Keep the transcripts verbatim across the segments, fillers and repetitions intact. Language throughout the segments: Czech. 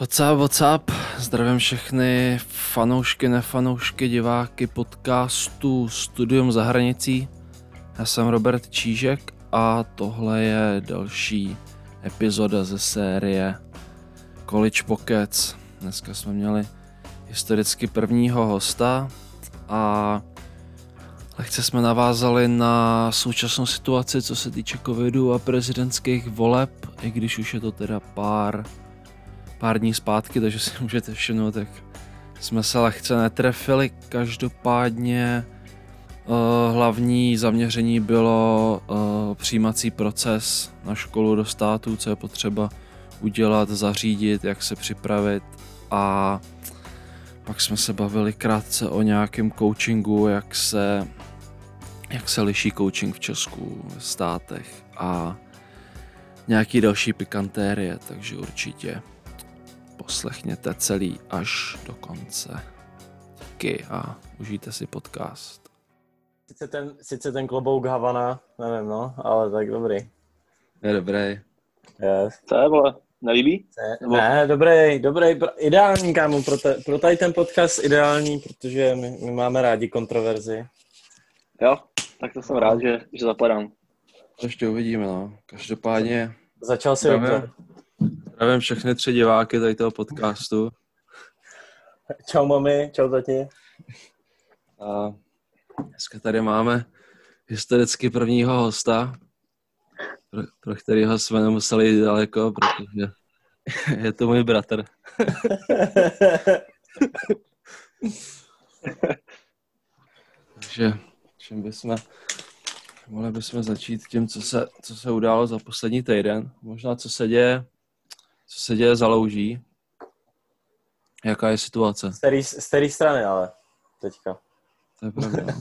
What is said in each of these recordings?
What's up, what's up? Zdravím všechny fanoušky, nefanoušky, diváky podcastu Studium za hranicí. Já jsem Robert Čížek a tohle je další epizoda ze série College Pockets. Dneska jsme měli historicky prvního hosta a lehce jsme navázali na současnou situaci, co se týče covidu a prezidentských voleb, i když už je to teda pár pár dní zpátky, takže si můžete všimnout, tak jsme se lehce netrefili. Každopádně uh, hlavní zaměření bylo uh, přijímací proces na školu do státu, co je potřeba udělat, zařídit, jak se připravit, a pak jsme se bavili krátce o nějakém coachingu, jak se, jak se liší coaching v Česku, v státech a nějaký další pikantérie, takže určitě poslechněte celý až do konce. Díky a užijte si podcast. Sice ten, sice ten klobouk Havana, nevím, no, ale tak dobrý. Je dobrý. Yes. Co je, vole, nelíbí? Ne, ne, dobrý, dobrý, ideální, kámo, pro, te, pro tady ten podcast ideální, protože my, my máme rádi kontroverzi. Jo, tak to jsem rád, že, že zapadám. To ještě uvidíme, no. Každopádně Začal si dobře. Zdravím všechny tři diváky tady toho podcastu. Čau mami, čau tati. A dneska tady máme historicky prvního hosta, pro, pro kterého jsme nemuseli jít daleko, protože je to můj bratr. Takže čím bychom, mohli bychom začít tím, co se, co se událo za poslední týden. Možná co se děje, co se děje za louží. Jaká je situace? Z který, z který strany ale teďka. To je pravda.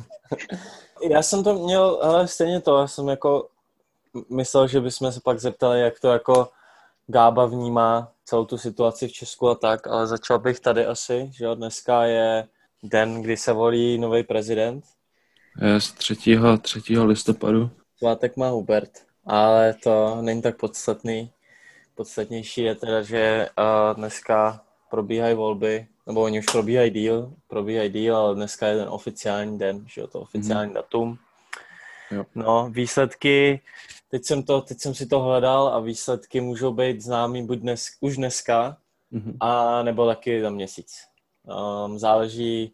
Já jsem to měl, ale stejně to, já jsem jako myslel, že bychom se pak zeptali, jak to jako Gába vnímá celou tu situaci v Česku a tak, ale začal bych tady asi, že jo, dneska je den, kdy se volí nový prezident. Je z třetího třetího listopadu. Svátek má Hubert, ale to není tak podstatný. Podstatnější je teda, že uh, dneska probíhají volby, nebo oni už probíhají díl, probíhají díl, ale dneska je ten oficiální den, že jo, to oficiální mm. datum. Jo. No, výsledky, teď jsem, to, teď jsem si to hledal a výsledky můžou být známý buď dnes, už dneska, mm-hmm. a nebo taky za měsíc. Um, záleží,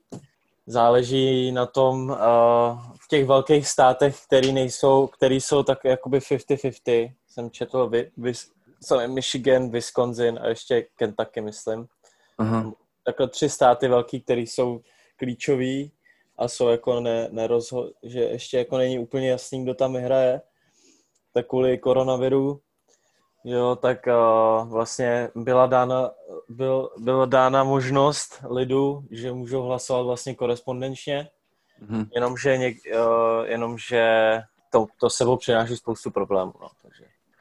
záleží na tom, uh, v těch velkých státech, který nejsou, který jsou tak jakoby padesát na padesát, jsem četl vy, vy, Michigan, Wisconsin a ještě Kentucky, myslím. Aha. Takhle tři státy velký, které jsou klíčový a jsou jako ne, nerozho- že ještě jako není úplně jasný, kdo tam vyhraje. Tak kvůli koronaviru, jo, tak uh, vlastně byla dána, byl, byla dána možnost lidu, že můžou hlasovat vlastně korespondenčně, mm-hmm. jenomže, něk, uh, jenomže to, to sebou přináší spoustu problémů, no, takže.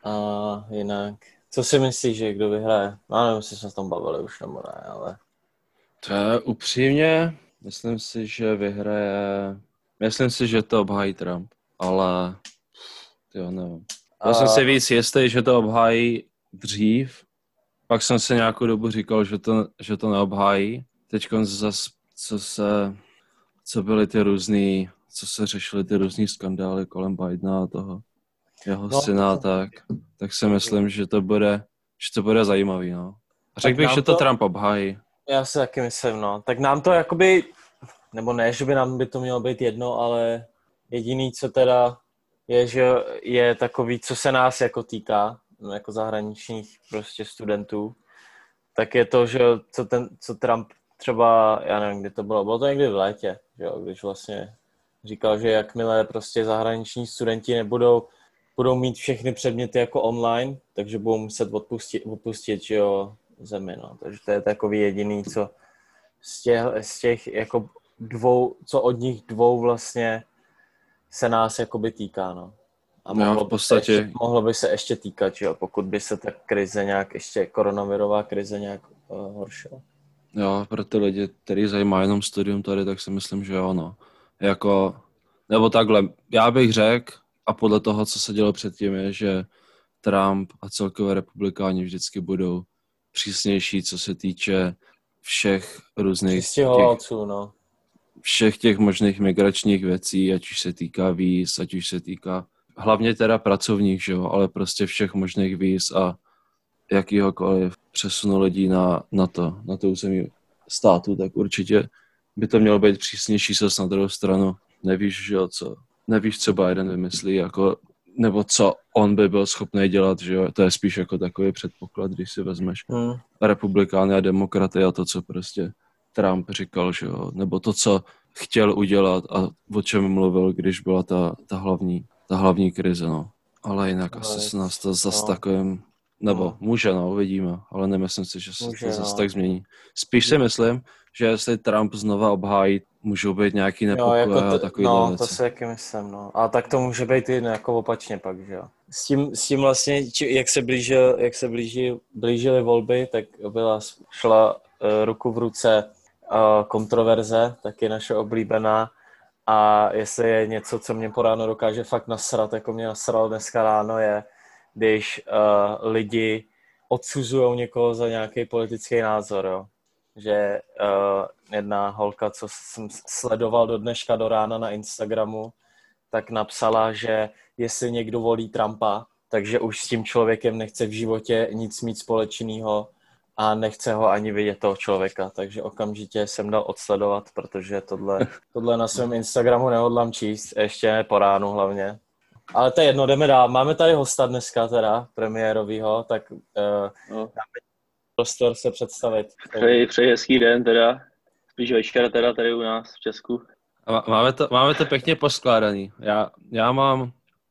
A jinak, co si myslíš, že kdo vyhraje? No, nevím, jestli jsme se tam bavili už nebo ne, ale... To je upřímně, myslím si, že vyhraje, myslím si, že to obhájí Trump, ale jo, nevím. Já a... jsem si víc jistý, že to obhájí dřív, pak jsem si nějakou dobu říkal, že to, že to neobhájí. Teď zase, co se, co byly ty různý, co se řešily ty různý skandály kolem Bidena a toho. Jeho no, syna, tak, tak si myslím, že to bude, že to bude zajímavý, no. Řekl bych, že to, to Trump obhájí. Já si taky myslím, no. Tak nám to jakoby, nebo ne, že by nám by to mělo být jedno, ale jediný, co teda je, že je takový, co se nás jako týká, no, jako zahraničních prostě studentů, tak je to, že co, ten, co Trump třeba, já nevím, kdy to bylo, bylo to někdy v létě, že jo, když vlastně říkal, že jakmile prostě zahraniční studenti nebudou budou mít všechny předměty jako online, takže budou muset odpustit, odpustit že jo, zemi, no. Takže to je takový jediný, co z těch, z těch jako dvou, co od nich dvou vlastně se nás jakoby týká, no. A mohlo, no, v podstatě... by, ještě, mohlo by se ještě týkat, že jo, pokud by se ta krize nějak, ještě koronavirová krize nějak uh, horšila. Jo, pro ty lidi, který zajímá jenom studium tady, tak si myslím, že jo, no. Jako, nebo takhle, já bych řekl, a podle toho, co se dělo předtím, je, že Trump a celkově republikáni vždycky budou přísnější, co se týče všech různých Přistěhovalců, no. všech těch možných migračních věcí, ať už se týká víz, ať už se týká hlavně teda pracovních, že jo, ale prostě všech možných víz a jakýhokoliv přesunu lidí na, na to, na to území státu, tak určitě by to mělo být přísnější, se na druhou stranu nevíš, že jo, co, nevíš, co Biden vymyslí, jako, nebo co on by byl schopný dělat, že jo, to je spíš jako takový předpoklad, když si vezmeš hmm. republikány a demokraty a to, co prostě Trump říkal, že jo, nebo to, co chtěl udělat a o čem mluvil, když byla ta, ta hlavní, ta hlavní krize, no. Ale jinak ale asi se nás to zas no. takovým, nebo no. může, no, uvidíme, ale nemyslím si, že se může, to zas no. tak změní. Spíš si myslím, že jestli Trump znova obhájí, můžou být nějaký nepokoje jako a takovýhle no, věci. No, to si taky myslím, no. A tak to může být i jako opačně pak, že jo. S tím, s tím vlastně, či, jak se blížil, jak se blíží, blížily volby, tak byla, šla uh, ruku v ruce uh, kontroverze, taky naše oblíbená. A jestli je něco, co mě po ráno dokáže fakt nasrat, jako mě nasral dneska ráno, je, když uh, lidi odsuzují někoho za nějaký politický názor, jo. Že uh, jedna holka, co jsem sledoval do dneška do rána na Instagramu, tak napsala, že jestli někdo volí Trumpa, takže už s tím člověkem nechce v životě nic mít společného a nechce ho ani vidět toho člověka. Takže okamžitě jsem dal odsledovat, protože tohle, tohle na svém Instagramu nehodlám číst, ještě ne po ránu hlavně. Ale to je jedno, jdeme dál. Máme tady hosta dneska teda, premiérovýho, tak uh, no. dáme prostor se představit. Přeji, přeji hezký den teda, spíš večer teda tady u nás v Česku. Máme to, máme to pěkně poskládaný. Já, já mám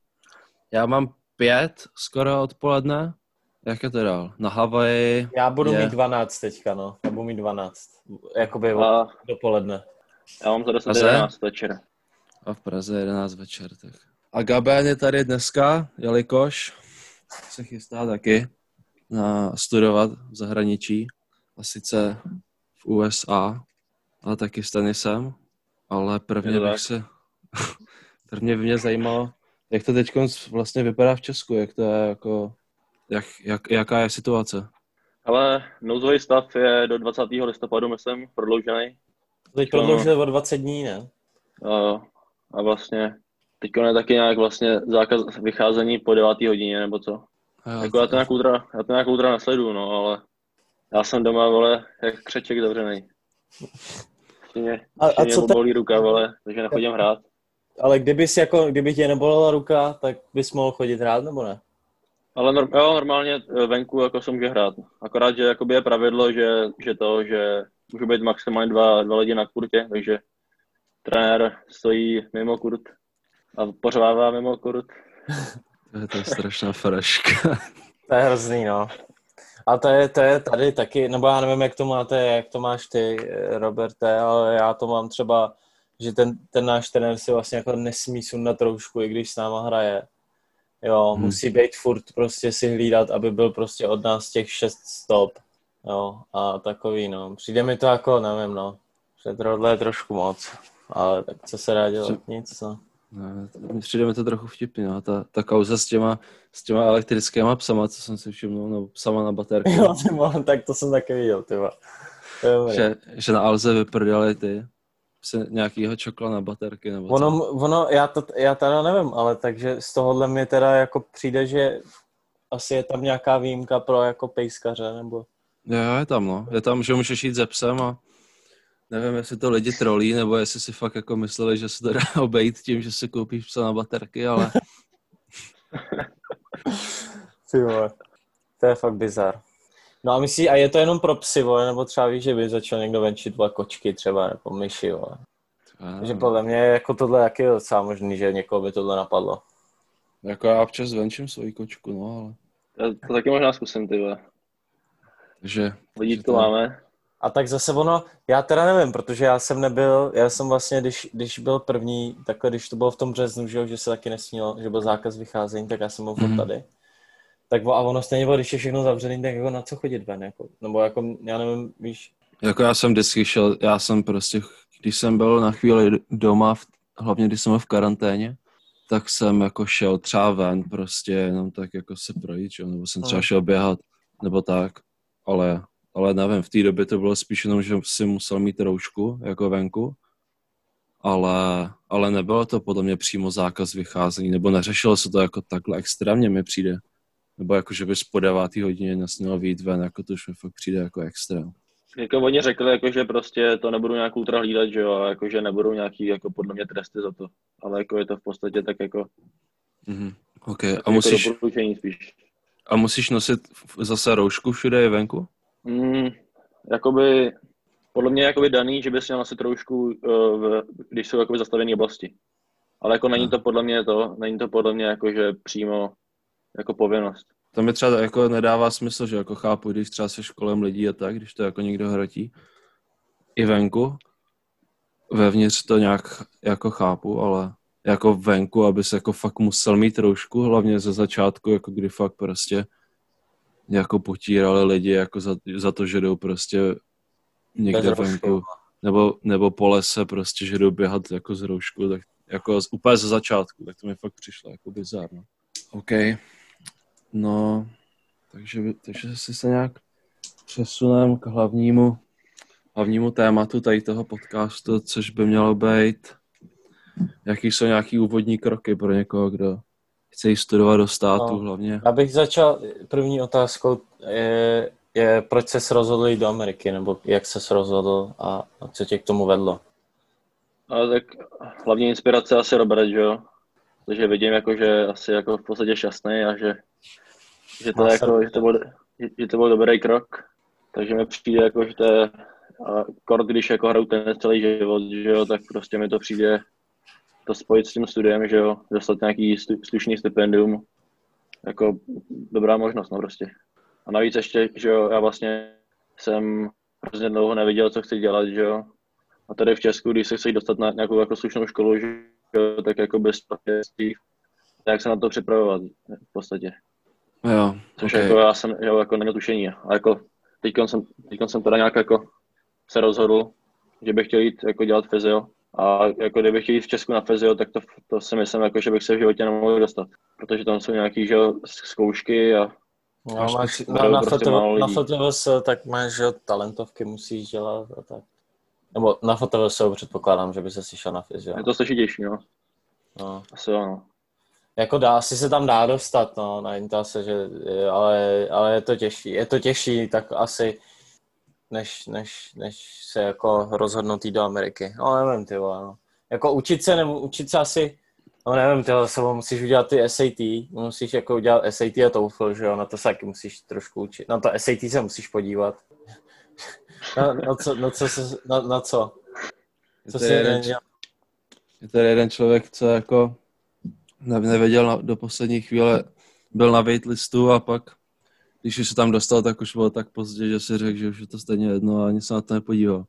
já mám pět skoro odpoledne. Jak je to dál? Na Havaji Já budu je... mít dvanáct teďka, no. Já budu mít dvanáct. Jakoby a... dopoledne. Já mám za deset jedenáct večer. A v Praze jedenáct večer, tak. A Gaben je tady dneska, jelikož se chystá taky na studovat v zahraničí. A sice v U S A, ale taky s tenisem. Ale prvně bych se... prvně by mě zajímalo, jak to teď vlastně vypadá v Česku, jak to je jako... Jak, jak, jaká je situace? Ale nouzový stav je do dvacátého listopadu, myslím, prodloužený. Teď prodloužili o dvacet dní, ne? A, a vlastně teď je taky nějak vlastně zákaz vycházení po deváté hodině, nebo co. Já, jako já to nějak ultra, já to nějak ultra nesleduju, no, ale já jsem doma, vole, jak křeček zavřený. Ještě mě, a, ještě a mě bolí ta... ruka, vole, takže nechodím hrát. Ale kdybys jako, kdyby tě nebolela ruka, tak bys mohl chodit hrát, nebo ne? Ale norm, jo, normálně venku jako se může hrát. Akorát, že jakoby je pravidlo, že, že to, že může být maximálně dva, dva lidi na kurtě, takže trenér stojí mimo kurt a pořvává mimo kurt. To je to strašná fraška. To je hrozný, no. A to je, to je tady taky, nebo já nevím, jak to máte, jak to máš ty, Roberte, ale já to mám třeba, že ten, ten náš trenér si vlastně jako nesmí sundat roušku, i když s náma hraje. Jo, hmm. musí být furt prostě si hlídat, aby byl prostě od nás těch šest stop. Jo, a takový, no. Přijde mi to jako, nevím, no. Že tohle je trošku moc. Ale tak co se dá dělat? Nic, no. Ne, přijde mi to trochu vtipný, no. Ta, ta kauza s těma, s těma elektrickýma psama, co jsem si všimnul, no, psama na baterku. Jo, tyma, tak to jsem taky viděl, tyma. Že, že na Alze vyprdali ty nějakýho čokla na baterky, nebo ono, ono, já, to, já teda nevím, ale takže z tohohle mi teda jako přijde, že asi je tam nějaká výjimka pro jako pejskaře, nebo... Jo, je tam, no. Je tam, že můžeš jít ze psem a nevím, jestli to lidi trolí, nebo jestli si fakt jako mysleli, že se to dá obejít tím, že si koupíš psa na baterky, ale... Ty vole, to je fakt bizar. No a myslíš, a je to jenom pro psy, vole, nebo třeba víš, že by začal někdo venčit, vole, kočky třeba, nebo myši, vole. Takže podle mě jako tohle jak je docela možný, že někoho by tohle napadlo. Jako já občas venčím svoji kočku, no, ale... Já to taky možná zkusím, ty vole. Takže... Lidi to máme. A tak zase ono, já teda nevím, protože já jsem nebyl, já jsem vlastně, když, když byl první, takhle, když to bylo v tom březnu, že, že se taky nesmělo, že byl zákaz vycházení, tak já jsem byl mm. tady. Tak a ono stejně bylo, když je všechno zavřený, tak jako na co chodit ven, jako, nebo jako, já nevím, víš. Jako já jsem vždycky šel, já jsem prostě, když jsem byl na chvíli doma, hlavně když jsem byl v karanténě, tak jsem jako šel třeba ven, prostě jenom tak jako se projít, nebo jsem třeba šel běhat, nebo tak. ale, ale nevím, v té době to bylo spíš jenom, že si musel mít roušku jako venku, ale, ale nebylo to podle mě přímo zákaz vycházení, nebo neřešilo se to jako takhle extrémně mi přijde. Nebo jako, že bys po devátý hodině nesměl vyjít ven, jako to už mi fakt přijde jako extrém. Jako oni řekli, jako, že prostě to nebudou nějak ultra hlídat, že jo, a jako, že nebudou nějaký, jako podle mě, tresty za to. Ale jako je to v podstatě tak jako... Mm-hmm. OK, jako a musíš... doporučení spíš. A musíš nosit zase roušku všude i venku? Mm, jakoby, podle mě je jakoby daný, že bys měl nosit roušku, uh, v, když jsou jakoby zastavené oblasti. Ale jako není to podle mě to, není to podle mě jako, že přímo jako povinnost. To mi třeba jako nedává smysl, že jako chápu, když třeba seš kolem lidí a tak, když to jako někdo hrotí. I venku. Vevnitř to nějak jako chápu, ale jako venku, abys jako fakt musel mít roušku, hlavně ze začátku, jako kdy fakt prostě jako potírali lidi jako za, za to, že jdou prostě někde venku. Nebo, nebo po lese prostě, že jdou běhat jako s rouškou, tak jako z, úplně ze začátku, tak to mi fakt přišlo jako bizár, no. OK. No, takže, takže si se nějak přesunem k hlavnímu, hlavnímu tématu tady toho podcastu, což by mělo být, jaký jsou nějaký úvodní kroky pro někoho, kdo chce jít studovat do státu no, hlavně. Abych začal, první otázkou je, je, proč ses rozhodl jít do Ameriky, nebo jak ses rozhodl a, a co tě k tomu vedlo? Ale tak hlavní inspirace asi Robert, že jo? Takže vidím, jako, že asi jako v podstatě šťastný a že, že, to, jako, že, to byl, že to byl dobrý krok. Takže mi přijde, jako, že to je kort, když jako hraju tenis celý život, že jo, tak prostě mi to přijde to spojit s tím studiem, že jo, dostat nějaký slušný stipendium, jako dobrá možnost, no prostě. A navíc ještě, že jo, já vlastně jsem hrozně dlouho nevěděl, co chci dělat, že jo. A tady v Česku, když se chci dostat na nějakou jako slušnou školu, že jo, tak jako bez profesí, tak se na to připravovat v podstatě. Jo, což okay. Jako já jsem, jo, jako neměl tušení. A jako teďkon jsem, teďkon jsem teda nějak jako se rozhodl, že bych chtěl jít jako dělat fyzio. A jako kdybych chtěl jít v Česku na fyzio, tak to, to si myslím, jako, že bych se v životě nemohl dostat. Protože tam jsou nějaký, že jo, zkoušky a... No, máš, na, na, prostě na F T V S, tak máš, že talentovky musíš dělat a tak. Nebo na F T V S předpokládám, že by se šel na fyzio. Je to složitější, no. No. Asi jo, no. Jako dá, asi se tam dá dostat, no, na Intase, že, ale, ale je to těžší. Je to těžší, tak asi, než, než, než se jako rozhodnout jít do Ameriky. No, nevím, ty vole, no. Jako učit se, nebo učit se asi, no nevím, ty vole, musíš udělat ty S A T, musíš jako udělat S A T a TOEFL, že jo, na to se taky musíš trošku učit. Na to S A T se musíš podívat. Na, na co, na co, na, na co? Co je, tady jeden, je tady jeden člověk, co jako nevěděl na, do poslední chvíle, byl na waitlistu a pak, když už se tam dostal, tak už bylo tak pozdě, že si řekl, že už je to stejně jedno a ani se na to nepodíval.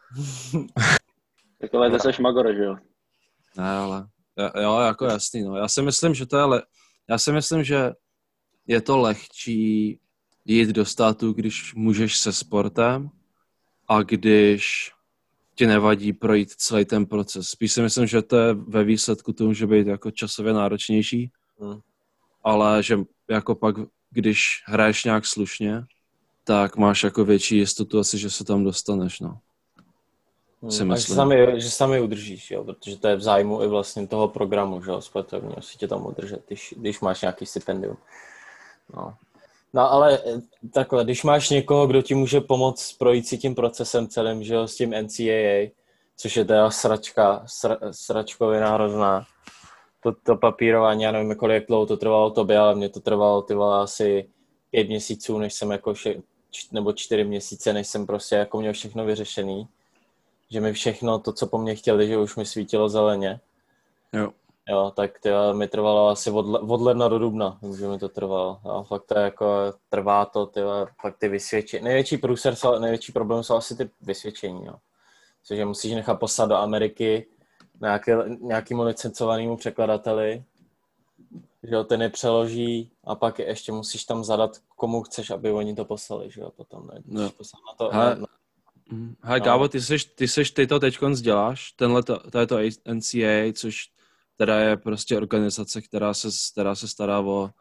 Tak ale to seš magor, že jo? Ne, ale jo, jako jasný, no. Já si myslím, že to je le... Já si myslím, že je to lehčí jít do státu, když můžeš se sportem a když ti nevadí projít celý ten proces. Spíš si myslím, že to je ve výsledku to může být jako časově náročnější, hmm. ale že jako pak, když hraješ nějak slušně, tak máš jako větší jistotu asi, že se tam dostaneš, no. Hmm. A že sami, že sami udržíš, jo, protože to je v zájmu i vlastně toho programu, že jo, sportovního, si tě tam udržet, když, když máš nějaký stipendium. No. No ale takhle, když máš někoho, kdo ti může pomoct projít si tím procesem celým, že jo, s tím N C A A, což je teda sračka, sra, sračkovina hrozná. To, to papírování, já nevím, kolik dlouho to trvalo tobě, ale mě to trvalo ty vole asi pět měsíců, než jsem jako, vše, nebo čtyři měsíce, než jsem prostě jako měl všechno vyřešený. Že mi všechno to, co po mně chtěli, že už mi svítilo zeleně. Jo. Jo, tak to mi trvalo asi od, od ledna do dubna, že mi to trvalo. Jo, fakt to jako, trvá to, ty, fakt ty vysvědčení. Největší průser, největší problém jsou asi ty vysvědčení, jo. Cože musíš nechat poslat do Ameriky nějaký, nějakýmu licencovanému překladateli, že jo, ten je přeloží a pak ještě musíš tam zadat, komu chceš, aby oni to poslali, že jo, potom ne. No. Na to, He, na, hej, no. Gábo, ty seš, ty seš, ty to teďkonc děláš, tenhle to, to je to N C A A, což teda je prostě organizace, která se, která se stará o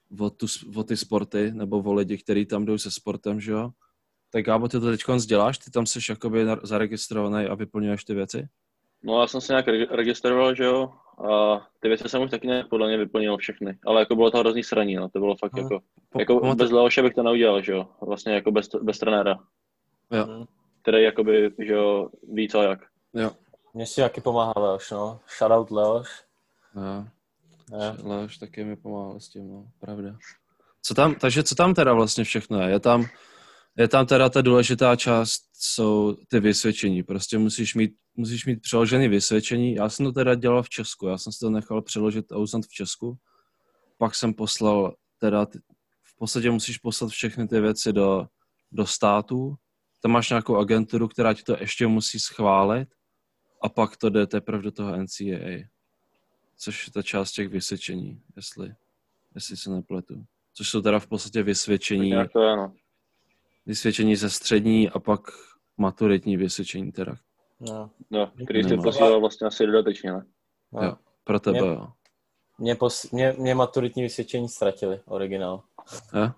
o, tu, o ty sporty, nebo o lidi, kteří tam jdou se sportem, že jo. Tak Gábo, ty to teď děláš? Ty tam jsi jakoby zaregistrovaný a vyplňuješ ty věci? No já jsem se nějak registroval, že jo, a ty věci jsem už taky nějak podle mě vyplnil všechny, ale jako bylo to hrozný sraní, no, to bylo fakt hmm. jako, po, jako po, bez Leoše bych to neudělal, že jo, vlastně jako bez, bez trenéra, jo. který jakoby, že jo, ví co jak. Jo. Mně si taky pomáhá Leoš, no, shoutout Leoš. Jo. Jo. Leoš taky mi pomáhal s tím, no, pravda. Co tam, takže co tam teda vlastně všechno je? Je tam, je tam teda ta důležitá část, jsou ty vysvědčení. Prostě musíš mít, musíš mít přeložené vysvědčení. Já jsem to teda dělal v Česku. Já jsem si to nechal přeložit a uznat v Česku. Pak jsem poslal teda, v podstatě musíš poslat všechny ty věci do, do států. Tam máš nějakou agenturu, která ti to ještě musí schválit a pak to jde teprve do toho N C A A. Což je ta část těch vysvědčení, jestli, jestli se nepletu. Což jsou teda v podstatě vysvědčení, to je, no. vysvědčení ze střední a pak maturitní vysvědčení teda. No, no který jsi posílal vlastně asi dodatečně, ne? No. Jo, pro tebe, mě, jo. Mě, pos, mě, mě maturitní vysvědčení ztratili, originál. Jo?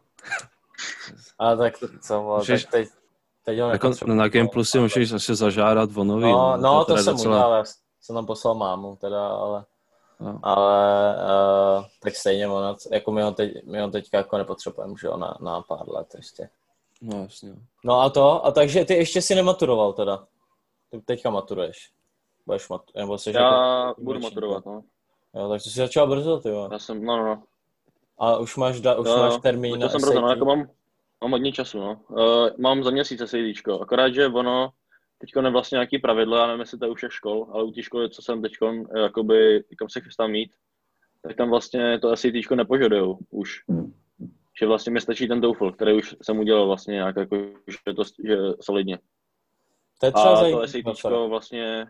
Ale tak co, můžeš, tak teď, teď ho jako na Game Plus si můžeš asi zažádat o nový. No, no to, to jsem docela... udělal, já jsem tam poslal mámu teda, ale... No. Ale uh, tak stejně ono, jako my ho, teď, my ho teďka jako nepotřebujeme, že jo, na, na pár let ještě. No jasně. No a to, a takže ty ještě si nematuroval teda? Ty teďka maturuješ? Budeš matu, nebo jsi Já jako, budu maturovat, no. Jo, tak jsi začal brzo, ty jo. Já jsem, no, no, no. A už máš, da, už jo, máš termín na jsem brzo, no, jako mám, mám hodně času, no. Uh, mám za měsíc SATčko, akorát, že ono, teďko je vlastně nějaký pravidlo, já nevím, jestli to je u všech škol, ale u té školy, co jsem teďko, jakoby, kam se chystám mít, tak tam vlastně to SATčko nepožadujou už. Že vlastně mi stačí ten TOEFL, který už jsem udělal vlastně nějak, jako, že to že solidně. To je a to SATčko vlastně,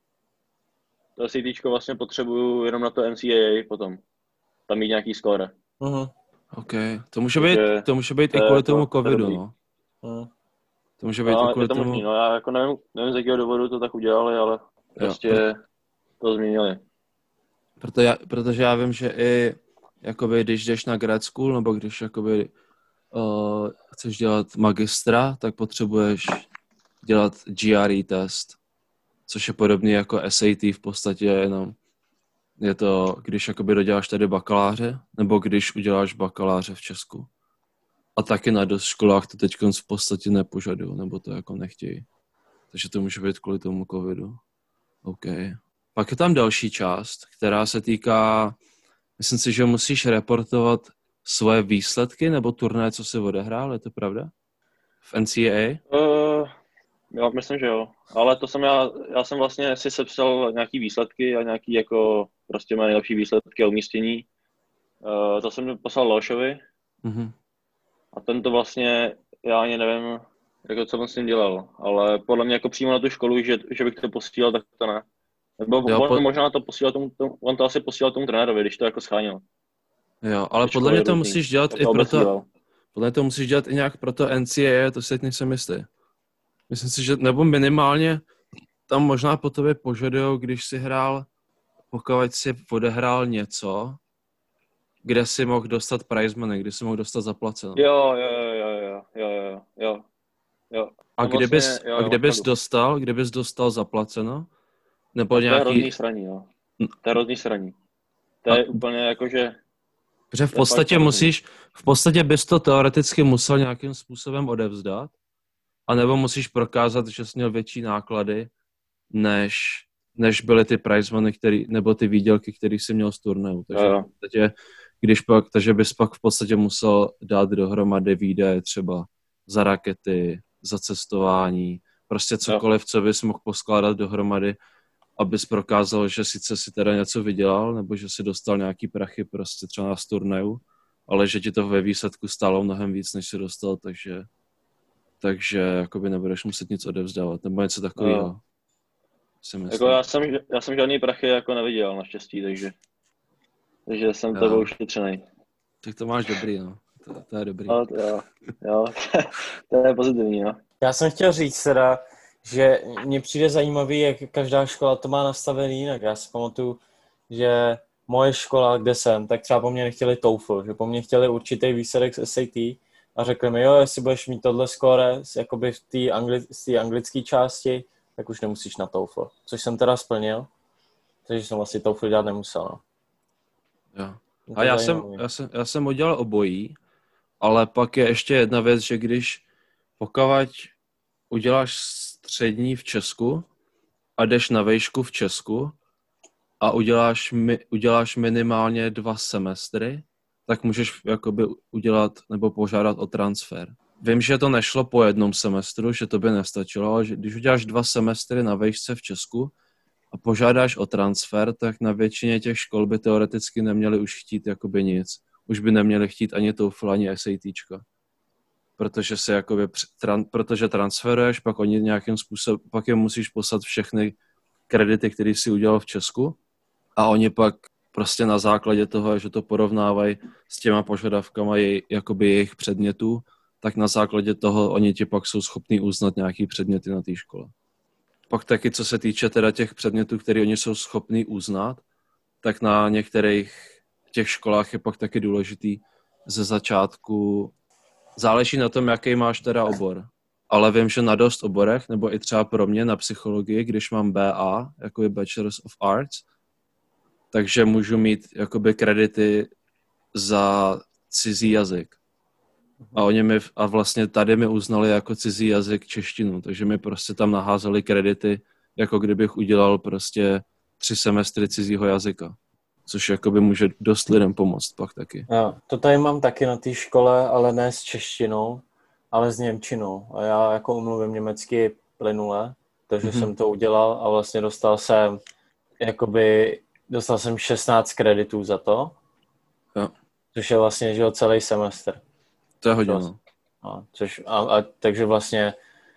to SATčko vlastně potřebuju jenom na to N C A A potom. Tam mít nějaký skóre. Uh-huh. OK, to může být, to může být to i kvůli tomu covidu, no. Uh-huh. To může být no, i kvůli to tomu... Možný, no já jako nevím, nevím, z jakého důvodu to tak udělali, ale prostě jo, to změnili. Proto já, protože já vím, že i jakoby, když jdeš na grad school, nebo když jakoby, uh, chceš dělat magistra, tak potřebuješ dělat G R E test, což je podobný jako S A T v podstatě, jenom je to, když jakoby doděláš tady bakaláře, nebo když uděláš bakaláře v Česku. A taky na dost školách to teď v podstatě nepožadují, nebo to jako nechtějí. Takže to může být kvůli tomu covidu. OK. Pak je tam další část, která se týká, myslím si, že musíš reportovat svoje výsledky nebo turné, co si odehrál, je to pravda? V N C A A? Uh, jo, myslím, že jo. Ale to jsem já, já jsem vlastně si sepsal nějaký výsledky a nějaký jako prostě moje nejlepší výsledky a umístění. Uh, to jsem poslal Leošovi. Mm-hmm. A ten to vlastně, já ani nevím, jako co on s tím dělal, ale podle mě jako přímo na tu školu, že, že bych to posílal, tak to ne. Nebo jo, on po... možná to posílal tomu, tomu, on to asi posílal tomu trenérovi, když to jako schánil. Jo, ale podle mě to různý. Musíš dělat to i proto, podle mě to musíš dělat i nějak pro to N C A A, to si teď nejsem jistý. Myslím si, že, nebo minimálně tam možná po tobě požadujou, když si hrál, pokud si odehrál něco, kde si mohl dostat prize money, kde si mohl dostat zaplaceno. Jo, jo, jo, jo, jo, jo, jo, jo. A no kde bys, vlastně, jo, a kde bys dostal, kde bys dostal zaplaceno? Nebo to nějaký... je hrozný sraní, jo. To je hrozný sraní. To je a... úplně jako, že... Protože v podstatě musíš, v podstatě bys to teoreticky musel nějakým způsobem odevzdat, anebo musíš prokázat, že jsi měl větší náklady, než, než byly ty prize money, který, nebo ty výdělky, které jsi měl z turnaju. Takže jo, jo. v podstatě, když pak, takže bys pak v podstatě musel dát dohromady výdaje třeba za rakety, za cestování, prostě cokoliv, co bys mohl poskládat dohromady, abys prokázal, že sice si teda něco vydělal, nebo že si dostal nějaký prachy prostě třeba z turnaju, ale že ti to ve výsledku stálo mnohem víc, než si dostal, takže takže jakoby nebudeš muset nic odevzdávat, nebo něco takového. No. Jako já jsem, já jsem žádný prachy jako neviděl naštěstí, takže, takže jsem jo. toho ušetřenej. Tak to máš dobrý, no. To, to je dobrý. No, to, jo, jo. To je pozitivní, no. Já jsem chtěl říct teda, že mně přijde zajímavý, jak každá škola to má nastavený jinak. Já si pamatuju, že moje škola, kde jsem, tak třeba po mně nechtěli TOEFL, že po mně chtěli určitý výsledek z S A T a řekli mi, jo, jestli budeš mít tohle skóre jakoby v té angli- anglické části, tak už nemusíš na TOEFL, což jsem teda splnil, takže jsem vlastně TOEFL dělat nemusel, no. Jo. A já jsem, já, jsem, já jsem udělal obojí, ale pak je ještě jedna věc, že když pokud uděláš střední v Česku a jdeš na vejšku v Česku a uděláš, mi, uděláš minimálně dva semestry, tak můžeš jakoby udělat nebo požádat o transfer. Vím, že to nešlo po jednom semestru, že to by nestačilo, ale že když uděláš dva semestry na vejšce v Česku a požádáš o transfer, tak na většině těch škol by teoreticky neměli už chtít jakoby nic. Už by neměli chtít ani TOEFL, ani SATčka. Protože se jakoby, tran, protože transferuješ, pak oni nějakým způsobem, pak je musíš poslat všechny kredity, které si udělal v Česku a oni pak prostě na základě toho, že to porovnávají s těma požadavkama jej, jakoby jejich předmětů, tak na základě toho oni ti pak jsou schopní uznat nějaký předměty na té škole. Pak taky, co se týče teda těch předmětů, které oni jsou schopní uznat, tak na některých těch školách je pak taky důležitý ze začátku. Záleží na tom, jaký máš teda obor. Ale vím, že na dost oborech, nebo i třeba pro mě na psychologii, když mám B A, jako je Bachelors of Arts, takže můžu mít jakoby kredity za cizí jazyk. A oni mi, a vlastně tady mi uznali jako cizí jazyk češtinu, takže mi prostě tam naházeli kredity, jako kdybych udělal prostě tři semestry cizího jazyka. Což jakoby může dost lidem pomoct pak taky. Jo, to tady mám taky na té škole, ale ne s češtinou, ale s němčinou. A já jako umluvím německy plynule, takže mm-hmm. jsem to udělal a vlastně dostal jsem jakoby, dostal jsem šestnáct kreditů za to, jo. Což je vlastně, že jo, celý semestr. To je hodně, no. A, což, a, a, takže vlastně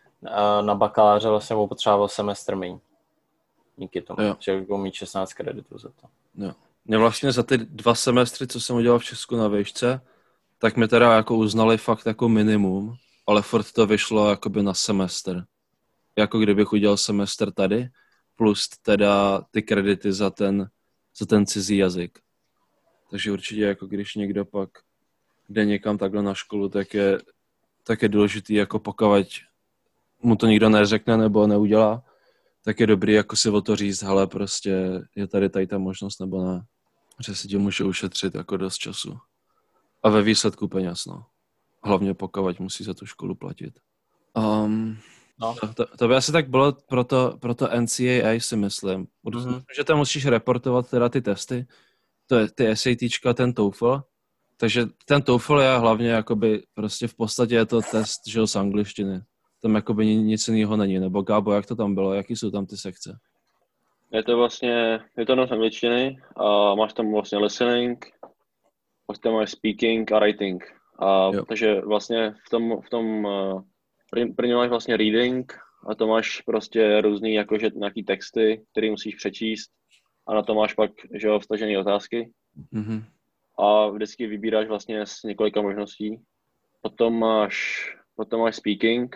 a na bakaláře vlastně potřeboval semestr méně. Díky tomu, jo. Že budu mít šestnáct kreditů za to. Jo. Mě vlastně za ty dva semestry, co jsem udělal v Česku na výšce, tak mi teda jako uznali fakt jako minimum, ale furt to vyšlo jakoby na semestr. Jako kdybych udělal semestr tady, plus teda ty kredity za ten, za ten cizí jazyk. Takže určitě jako když někdo pak jde někam takhle na školu, tak je, tak je důležitý jako pokud mu to nikdo neřekne nebo neudělá, tak je dobrý jako si o to říct, hele, prostě je tady tady ta možnost nebo ne. Že si tě může ušetřit jako dost času. A ve výsledku peněz, no. Hlavně pokud musí za tu školu platit. Um, no. to, to by asi tak bylo pro to, pro to N C A A, si myslím. Mm-hmm. Že tam musíš reportovat teda ty testy, to je ty SATčka, ten TOEFL. Takže ten TOEFL je hlavně jakoby prostě v podstatě je to test, že z angličtiny. Tam jakoby nic jiného není. Nebo Gábo, jak to tam bylo? Jaký jsou tam ty sekce? Je to vlastně, je to jenom z angličtiny a máš tam vlastně listening, pak tam máš speaking a writing. A takže vlastně v tom, v tom první máš vlastně reading a to máš prostě různý jakože nějaký texty, které musíš přečíst a na to máš pak, že jo, vstažené otázky. Mm-hmm. A vždycky vybíráš vlastně z několika možností. Potom máš, potom máš speaking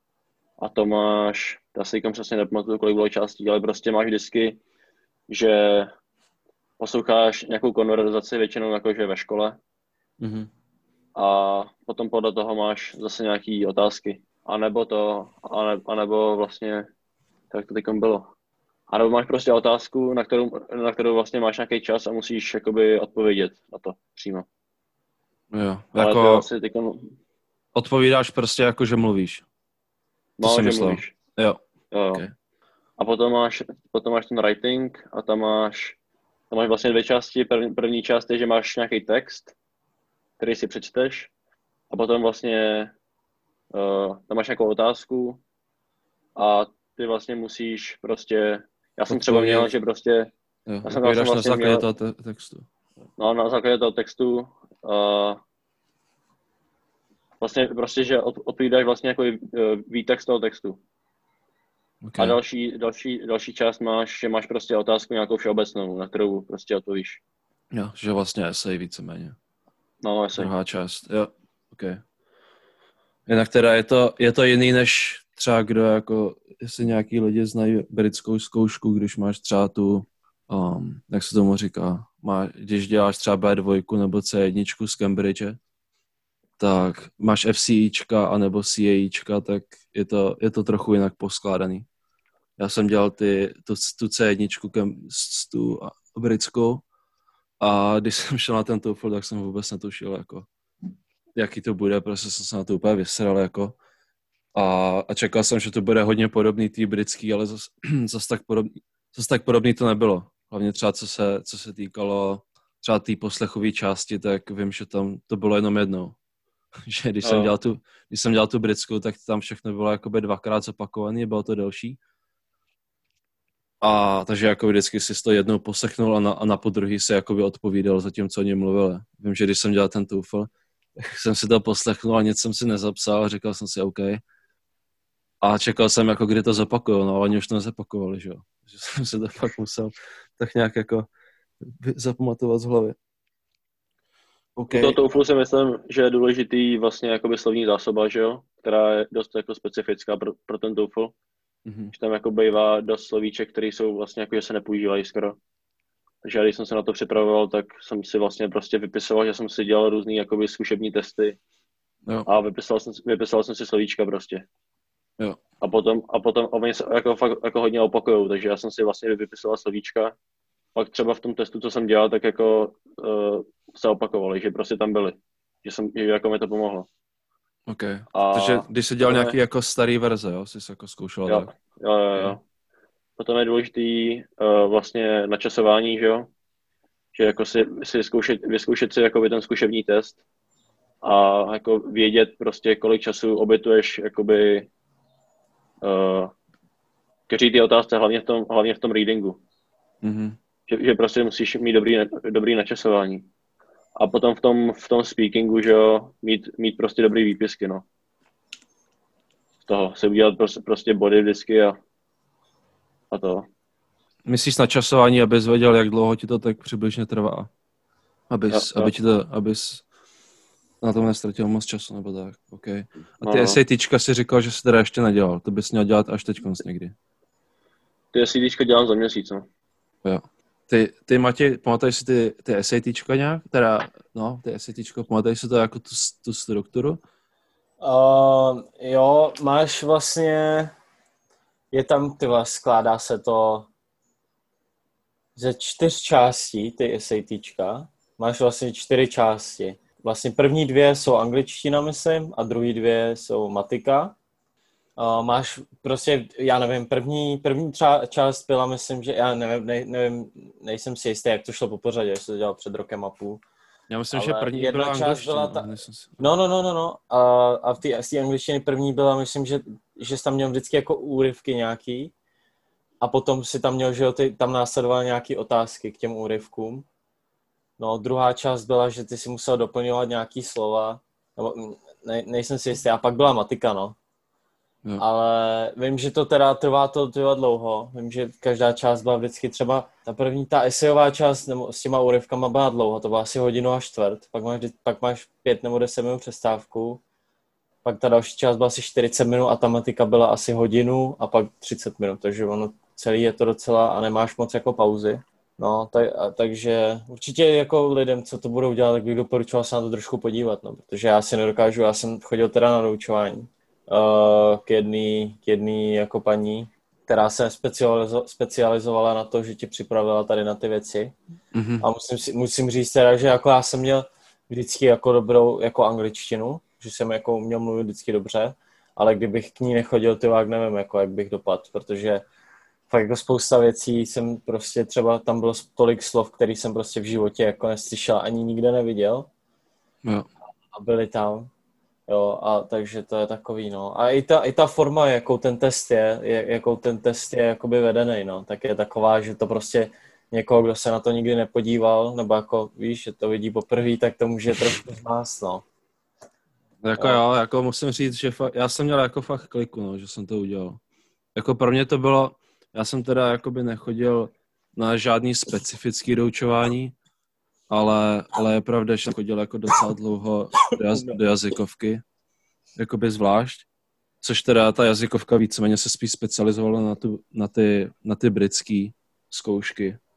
a to máš, já si říkám přesně nepamatuju, kolik bylo částí, ale prostě máš vždycky, že posloucháš nějakou konverzaci většinou jakože ve škole mm-hmm. a potom podle toho máš zase nějaký otázky. A nebo to, a nebo vlastně, tak to teďkom bylo. A nebo máš prostě otázku, na kterou, na kterou vlastně máš nějaký čas a musíš jakoby odpovědět na to přímo. Jo, jako asi teďkom... odpovídáš prostě jako, že mluvíš. To no, si že myslel. mluvíš. Jo. Jo, jo. Okay. A potom máš, potom máš ten writing a tam máš, tam máš vlastně dvě části. První, první část je, že máš nějaký text, který si přečteš a potom vlastně uh, tam máš nějakou otázku a ty vlastně musíš prostě, já jsem třeba měl, že prostě... Jo, já jsem, já jsem vlastně na základě měl, toho te- textu. No, na základě toho textu uh, vlastně prostě, že odpovídáš vlastně jako výtek z toho textu. Okay. A další, další, další část máš, že máš prostě otázku nějakou všeobecnou, na kterou prostě odpovíš. Jo, že vlastně esej víceméně. No, esej. Druhá část, jo, ok. Jinak teda je to, je to jiný než třeba kdo jako, jestli nějaký lidi znají britskou zkoušku, když máš třeba tu um, jak se tomu říká, má, když děláš třeba bé dva nebo cé jedna z Cambridge, tak máš FCIčka anebo CAIčka, tak je to, je to trochu jinak poskládaný. Já jsem dělal ty, tu, tu cé jedna, tu britskou, a když jsem šel na ten TOEFL, tak jsem vůbec netušil, jako, jaký to bude, prostě jsem se na to úplně vysral, jako. A, a čekal jsem, že to bude hodně podobný tý britský, ale zas, zas, tak podobný, zas tak podobný to nebylo. Hlavně třeba co se, co se týkalo třeba té poslechové části, tak vím, že tam to bylo jenom jednou. Že když, no. jsem dělal tu, když jsem dělal tu britskou, tak tam všechno bylo jakoby dvakrát zopakované, bylo to delší. A takže jako vždycky si to jednou poslechnul a na, a na podruhý se jakoby odpovídal za tím, co o něm mluvili. Vím, že když jsem dělal ten TOEFL, jsem si to poslechnul a nic jsem si nezapsal a říkal jsem si OK. A čekal jsem, jako kdy to zopakujou, no ale oni už to nezopakovali, že jo. Že jsem si to fakt musel tak nějak jako zapamatovat z hlavy. Okay. U toho TOEFLu si myslím, že je důležitý vlastně jakoby slovní zásoba, že jo, která je dost jako specifická pro, pro ten TOEFL. Mm-hmm. Že tam jako bývá dost slovíček, které jsou vlastně jako, že se nepoužívají skoro. Takže když jsem se na to připravoval, tak jsem si vlastně prostě vypisoval, že jsem si dělal různý jakoby zkušební testy jo. A vypisoval jsem, vypisoval jsem si slovíčka prostě. Jo. A potom, a potom oni se jako, fakt, jako hodně opakujou, takže já jsem si vlastně vypisoval slovíčka. Pak třeba v tom testu, co jsem dělal, tak jako uh, se opakovali, že prostě tam byli. Že, jsem, že jako mi to pomohlo. OK. A takže když jsi dělal nějaký je... jako starý verze, jo? Jsi se jako zkoušel jo. tak? Jo, jo, jo. Potom je důležitý uh, vlastně načasování, že jo? Že jako si, si zkoušet, vyzkoušet si jakoby ten zkušební test a jako vědět prostě, kolik času obětuješ jakoby uh, každý ty otázce, hlavně v tom, hlavně v tom readingu. Mm-hmm. Že, že prostě musíš mít dobrý, dobrý načasování. A potom v tom, v tom speakingu, že jo, mít, mít prostě dobrý výpisky, no. Z toho se udělat prostě, prostě body vždycky a, a to. Myslíš načasování, abys věděl, jak dlouho ti to tak přibližně trvá? Abys, jo, jo. Aby ti to, abys na tom nestratil moc času, nebo tak, OK. A ty no. SATčka si říkal, že jsi teda ještě nedělal, to bys měl dělat až teď konc někdy. Ty SATčka dělám za měsíc, no. Jo. Ty, ty Matěj, pamatuješ si ty, ty SATčka nějak? Teda, no, ty SATčko, pamatuješ si to jako tu, tu strukturu? Uh, jo, máš vlastně, je tam, ty vlastně, skládá se to ze čtyř částí, ty SATčka. Máš vlastně čtyři části. Vlastně první dvě jsou angličtina, myslím, a druhý dvě jsou matika. Uh, máš prostě, já nevím, první, první třeba část byla, myslím, že já nevím, ne, nevím, nejsem si jistý, jak to šlo po pořadě, že to dělal před rokem a půl. Já myslím, že první byla angličtina. Byla ta... No, no, no, no, no. A, a v té angličtiny první byla, myslím, že, že jsi tam měl vždycky jako úryvky nějaký a potom si tam měl, že jo, ty, tam následovaly nějaké otázky k těm úryvkům. No, druhá část byla, že ty si musel doplňovat nějaký slova, nebo ne, nejsem si jistý, a pak byla matika, no. Jo. Ale vím, že to teda trvá to trvá dlouho. Vím, že každá část byla vždycky třeba, ta první, ta esejová část nebo s těma úryvkama byla dlouho, to byla asi hodinu a čtvrt, pak máš, pak máš pět nebo deset minut přestávku, pak ta další část byla asi čtyřicet minut a ta matika byla asi hodinu a pak třicet minut, takže ono celý je to docela a nemáš moc jako pauzy. No, tak, a, takže určitě jako lidem, co to budou dělat, tak bych doporučoval se na to trošku podívat, no, protože já si nedokážu, já jsem chodil teda na doučování. K jedný, k jedný jako paní, která se specializo- specializovala na to, že ti připravila tady na ty věci. Mm-hmm. A musím, si, musím říct teda, že jako já jsem měl vždycky jako dobrou jako angličtinu, že jsem jako uměl mluvit vždycky dobře, ale kdybych k ní nechodil, ty jak nevím, jako jak bych dopadl, protože fakt jako spousta věcí jsem prostě třeba, tam bylo tolik slov, který jsem prostě v životě jako neslyšel, ani nikde neviděl. No. A byly tam. Jo, a takže to je takový, no. A i ta, i ta forma, jakou ten test je, je jakou ten test je jakoby vedený, no, tak je taková, že to prostě někoho, kdo se na to nikdy nepodíval, nebo jako, víš, že to vidí poprvé, tak to může trošku zmást, no. Jako jo, jo jako musím říct, že fakt, já jsem měl jako fakt kliku, no, že jsem to udělal. Jako pro mě to bylo, já jsem teda jakoby nechodil na žádný specifický doučování, Ale, ale je pravda, že jsem chodil jako docela dlouho do, jaz, do jazykovky, jakoby zvlášť, což teda ta jazykovka víceméně se spíš specializovala na, tu, na, ty, na ty britský zkoušky.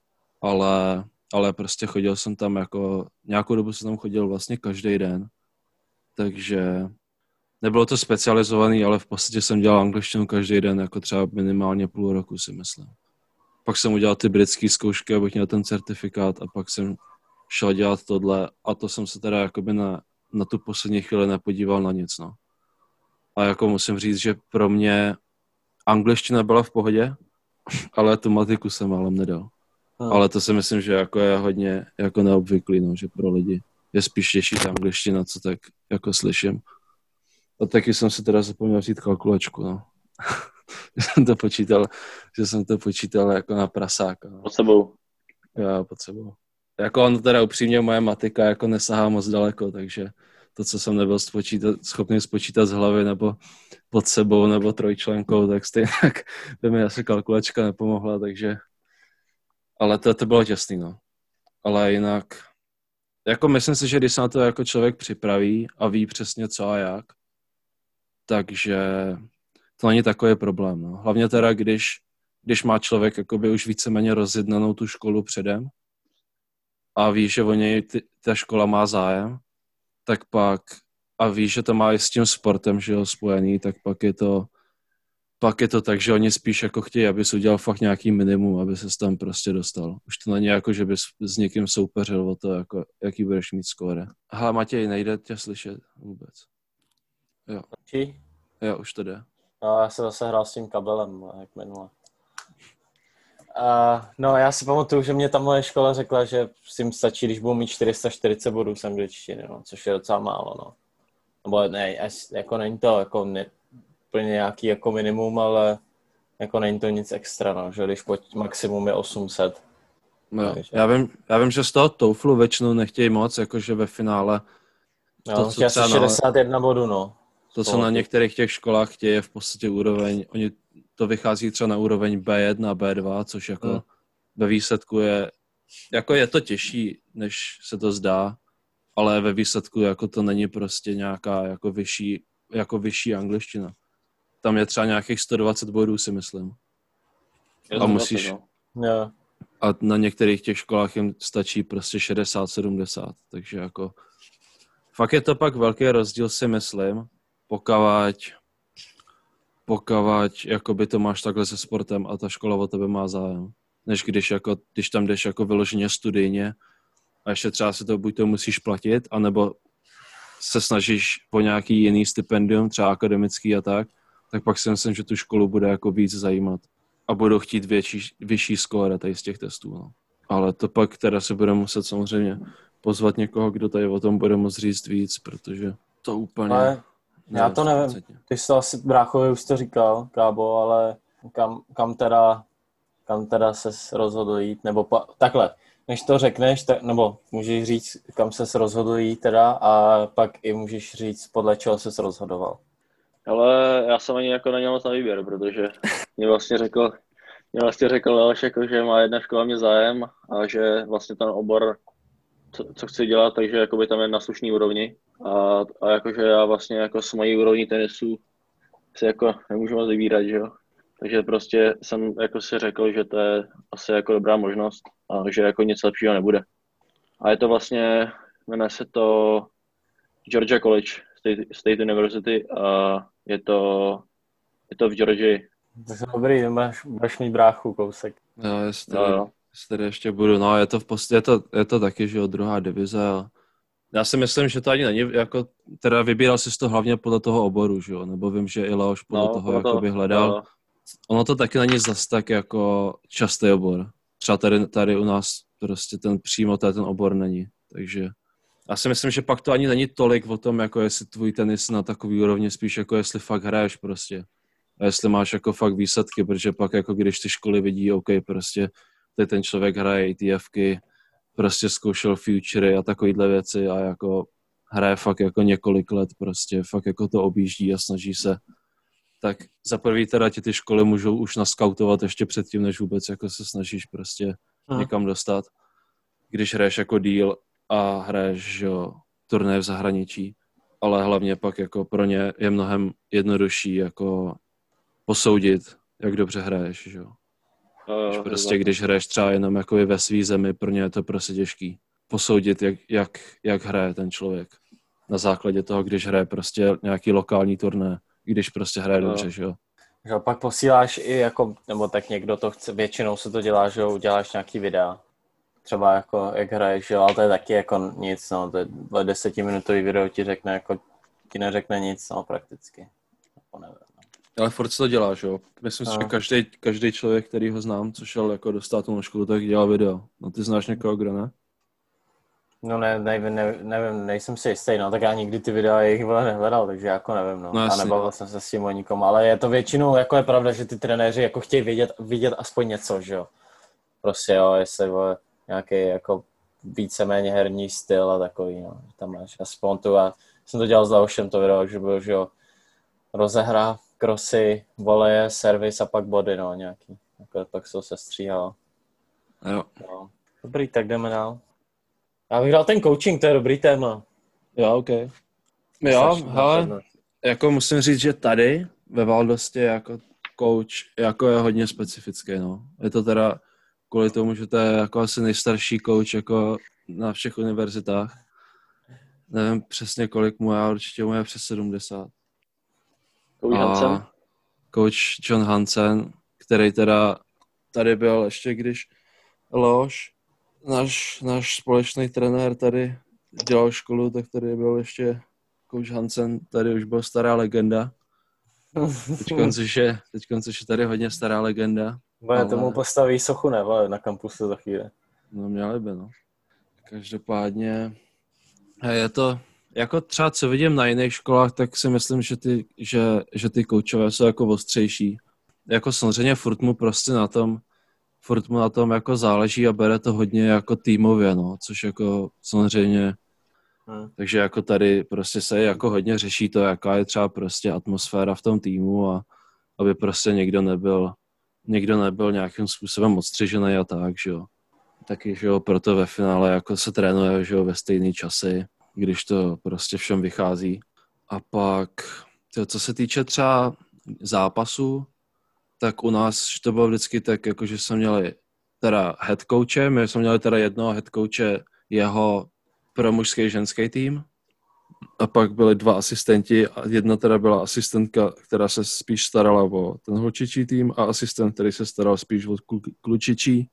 ale, ale prostě chodil jsem tam jako, nějakou dobu jsem tam chodil vlastně každý den, takže nebylo to specializovaný, ale v podstatě jsem dělal angličtinu každý den, jako třeba minimálně půl roku si myslím. Pak jsem udělal ty britské zkoušky, abych měl ten certifikát a pak jsem šel dělat tohle a to jsem se teda jakoby na, na tu poslední chvíli nepodíval na nic, no. A jako musím říct, že pro mě angličtina byla v pohodě, ale tu matiku jsem málem nedal. Hmm. Ale to si myslím, že jako je hodně jako neobvyklý, no, že pro lidi je spíš těžší ta angličtina, co tak jako slyším. A taky jsem si teda zapomněl říct kalkulačku, no. že jsem to počítal, že jsem to počítal jako na prasáka. No. Pod sebou. Já, pod sebou. Jako on teda upřímně moje matika jako nesahá moc daleko, takže to, co jsem nebyl spočítat, schopný spočítat z hlavy nebo pod sebou nebo trojčlenkou, tak stejně tak by mi asi kalkulačka nepomohla, takže ale to, to bylo těsný, no. Ale jinak jako myslím si, že když se na to jako člověk připraví a ví přesně co a jak, takže to není takový problém, no. Hlavně teda, když, když má člověk jakoby už víceméně rozjednanou tu školu předem a ví, že o něj ty, ta škola má zájem, tak pak a ví, že to má i s tím sportem, že jo, spojený, tak pak je to pak je to tak, že oni spíš jako chtějí, aby jsi udělal fakt nějaký minimum, aby ses tam prostě dostal. Už to není jako, že bys s někým soupeřil o to, jako, jaký budeš mít skóre. Aha, Matěj, nejde tě slyšet vůbec. Jo. Či? Jo, už to jde. No, já jsem zase hrál s tím kabelem, jak minule. Uh, no, já si pamatuju, že mě tam moje škola řekla, že s tím stačí, když budou mít čtyři sta čtyřicet bodů z angličtiny, no, což je docela málo, no. Nebo ne, jako není to jako ne, úplně nějaký jako minimum, ale jako není to nic extra, no, že když pojď, maximum je osm set. No, já, vím, já vím, že z toho TOEFLu většinou nechtějí moc, jakože ve finále. No, to, co třeba šedesát jedna bodů, no. To, co na některých těch školách chtějí, je v podstatě úroveň, oni to vychází třeba na úroveň bé jedna, bé dva, což jako hmm. ve výsledku je, jako je to těžší, než se to zdá, ale ve výsledku jako to není prostě nějaká jako vyšší, jako vyšší angličtina. Tam je třeba nějakých sto dvacet bodů, si myslím. A musíš... Yeah. A na některých těch školách jim stačí prostě šedesát sedmdesát, takže jako fakt je to pak velký rozdíl, si myslím, pokavať, pokavať, jakoby to máš takhle se sportem a ta škola o tebe má zájem. Než když, jako, když tam jdeš jako vyloženě studijně a ještě třeba si to buď to musíš platit, anebo se snažíš po nějaký jiný stipendium, třeba akademický a tak, tak pak si myslím, že tu školu bude jako víc zajímat a budou chtít větší, vyšší skóre tady z těch testů. No. Ale to pak teda se bude muset samozřejmě pozvat někoho, kdo tady o tom bude moct říct víc, protože to úplně... Ale já to nevím. Ty jsi to asi bráchovi už to říkal, Kábo, ale kam, kam teda kam teda ses rozhodl jít, nebo pa, takhle, než to řekneš, tak, nebo můžeš říct, kam ses rozhodl jít teda a pak i můžeš říct, podle čeho ses rozhodoval. Ale já jsem ani jako neměl moc na výběr, protože mě vlastně řekl, mě vlastně řekl Leoš, jako, že má jedna škola mě zájem a že vlastně ten obor, co, co chci dělat, takže jakoby tam je na slušný úrovni a, a jakože já vlastně jako s mojí úrovní tenisu si jako nemůžu moc vybírat, že jo. Takže prostě jsem jako si řekl, že to je asi jako dobrá možnost a že jako nic lepšího nebude. A je to vlastně, jmenuje se to Georgia College State, State University a je to, je to v Georgii. To je dobrý, máš, máš mít bráchu kousek. Jo, jestli tady, no, jestli tady ještě budu, no je to v podstatě, je to, je to taky, že jo, druhá divize. Já si myslím, že to ani není, jako, teda vybíral jsi to hlavně podle toho oboru, že jo, nebo vím, že i Leoš podle no, toho to, jakoby hledal. No. Ono to taky není zas tak jako častý obor. Třeba tady, tady u nás prostě ten přímo tady ten obor není, takže já si myslím, že pak to ani není tolik o tom, jako jestli tvůj tenis na takový úrovni, spíš jako jestli fakt hraješ prostě. A jestli máš jako fakt výsledky, protože pak jako když ty školy vidí, OK, prostě tady ten člověk hraje á té efky, prostě zkoušel futury a takovýhle věci a jako hraje fakt jako několik let prostě, fakt jako to objíždí a snaží se. Tak za prvý teda ti ty školy můžou už naskautovat ještě předtím, než vůbec jako se snažíš prostě Aha. někam dostat. Když hraješ jako deal a hraješ jo, turné v zahraničí, ale hlavně pak jako pro ně je mnohem jednodušší jako posoudit, jak dobře hraješ, že jo. Uh, prostě když hraješ třeba jenom jako ve svý zemi, pro ně je to prostě těžký posoudit, jak, jak, jak hraje ten člověk. Na základě toho, když hraje prostě nějaký lokální turné, když prostě hraje uh. dobře, že jo. Že pak posíláš i jako, nebo tak někdo to chce, většinou se to dělá, že jo, uděláš nějaký videa. Třeba jako, jak hraješ, jo, ale to je taky jako nic, no, to je desetiminutový video ti řekne, jako ti neřekne nic, no, prakticky. Jako nevím, no. Ale furt to děláš, jo. Myslím si, že každý, každý člověk, který ho znám, co šel jako do státu na školu, tak dělal video. No ty znáš někoho, kdo ne? No ne, nevím, ne, nevím, nejsem si jistý, no, tak já nikdy ty videa jejich vole nehledal, takže jako nevím, no. no a nebavil jsem se s tím o nikom, ale je to většinou, jako je pravda, že ty trenéři jako chtějí vidět, vidět aspoň něco, že jo. Prostě jo, jestli vole, nějaký jako víceméně herní styl a takový, no, tam máš aspoň tu a jsem to dělal s Laušem to video, že byl, že jo, rozehra, krosy, voleje, servis a pak body, no, nějaký, jako pak se to sestříhalo. Jo. No. Dobrý, tak jdeme dál. Já bych dal ten coaching, to je dobrý téma. Jo, ok. Jo, hele, jako musím říct, že tady ve Valdostě jako coach jako je hodně specifický, no. Je to teda kvůli tomu, že to je jako asi nejstarší coach jako na všech univerzitách. Nevím přesně kolik mu je, ale určitě mu je přes sedmdesát. Coach Hansen? Coach John Hansen, který teda tady byl ještě když Leoš, náš, náš společný trenér tady dělal školu, tak tady byl ještě coach Hansen, tady už byl stará legenda. Teďkonc už je, teďkonc už je tady hodně stará legenda. Bude ale... tomu postaví sochu, ne, vole, na kampusu za chvíli. No měli by, no. Každopádně je to, jako třeba co vidím na jiných školách, tak si myslím, že ty, že, že ty koučové jsou jako ostřejší. Jako samozřejmě furt mu prostě na tom, furt mu na tom jako záleží a bere to hodně jako týmově, no, což jako samozřejmě, hmm. takže jako tady prostě se jako hodně řeší to, jaká je třeba prostě atmosféra v tom týmu a aby prostě někdo nebyl, někdo nebyl nějakým způsobem odstřižený a tak, že jo. Taky, že jo, proto ve finále jako se trénuje, že jo, ve stejný časy, když to prostě všem vychází. A pak, to, co se týče třeba zápasu, tak u nás to bylo vždycky tak, jako že jsme měli teda head coache, my jsme měli teda jednoho head coache jeho pro mužský a ženský tým a pak byly dva asistenti a jedna teda byla asistentka, která se spíš starala o ten holčičí tým a asistent, který se staral spíš o klučičí,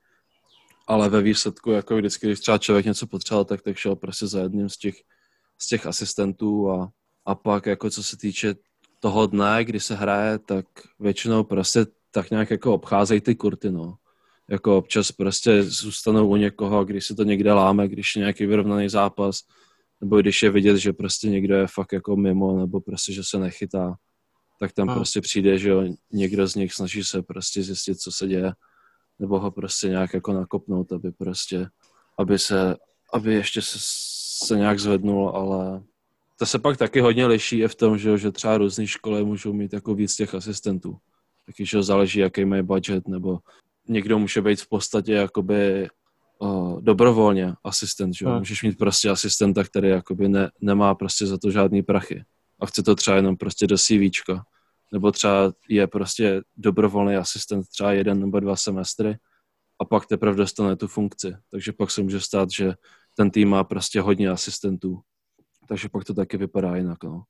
ale ve výsledku jako vždycky, když třeba člověk něco potřeboval, tak, tak šel prostě za jedním z těch, z těch asistentů a, a pak jako co se týče toho dne, kdy se hraje, tak většinou prostě tak nějak jako obcházejí ty kurty, no. Jako občas prostě zůstanou u někoho, když se to někde láme, když je nějaký vyrovnaný zápas, nebo když je vidět, že prostě někdo je fakt jako mimo, nebo prostě, že se nechytá, tak tam hmm. prostě přijde, že jo, někdo z nich snaží se prostě zjistit, co se děje, nebo ho prostě nějak jako nakopnout, aby prostě, aby se, aby ještě se, se nějak zvednul, ale to se pak taky hodně liší i v tom, že, že třeba různé školy můžou mít jako víc těch asistentů. Taky, že záleží, jaký mají budget, nebo někdo může být v podstatě jakoby uh, dobrovolně asistent, že? Hmm. Můžeš mít prostě asistenta, který jakoby ne, nemá prostě za to žádný prachy a chce to třeba jenom prostě do CVčka. Nebo třeba je prostě dobrovolný asistent třeba jeden nebo dva semestry a pak teprve dostane tu funkci. Takže pak se může stát, že ten tým má prostě hodně asistentů. Takže pak to taky vypadá jinak, no.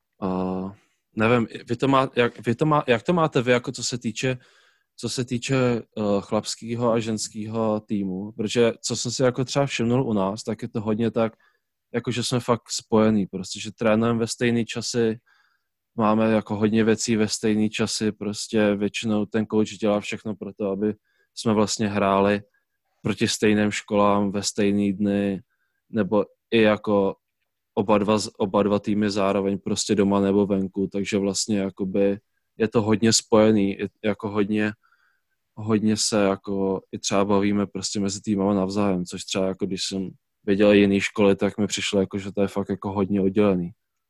Uh, nevím, vy to má, jak, vy to má, jak to máte vy, jako co se týče, co se týče uh, chlapského a ženského týmu? Protože co jsem si jako třeba všimnul u nás, tak je to hodně tak, jako že jsme fakt spojení, prostě, že trénujeme ve stejný časy, máme jako hodně věcí ve stejný časy, prostě většinou ten coach dělá všechno pro to, aby jsme vlastně hráli proti stejným školám ve stejný dny, nebo i jako oba dva, oba dva týmy zároveň prostě doma nebo venku, takže vlastně jakoby je to hodně spojený, jako hodně, hodně se jako i třeba bavíme prostě mezi týmama navzájem, což třeba jako když jsem viděl jiný školy, tak mi přišlo jako, že to je fakt jako hodně oddělený.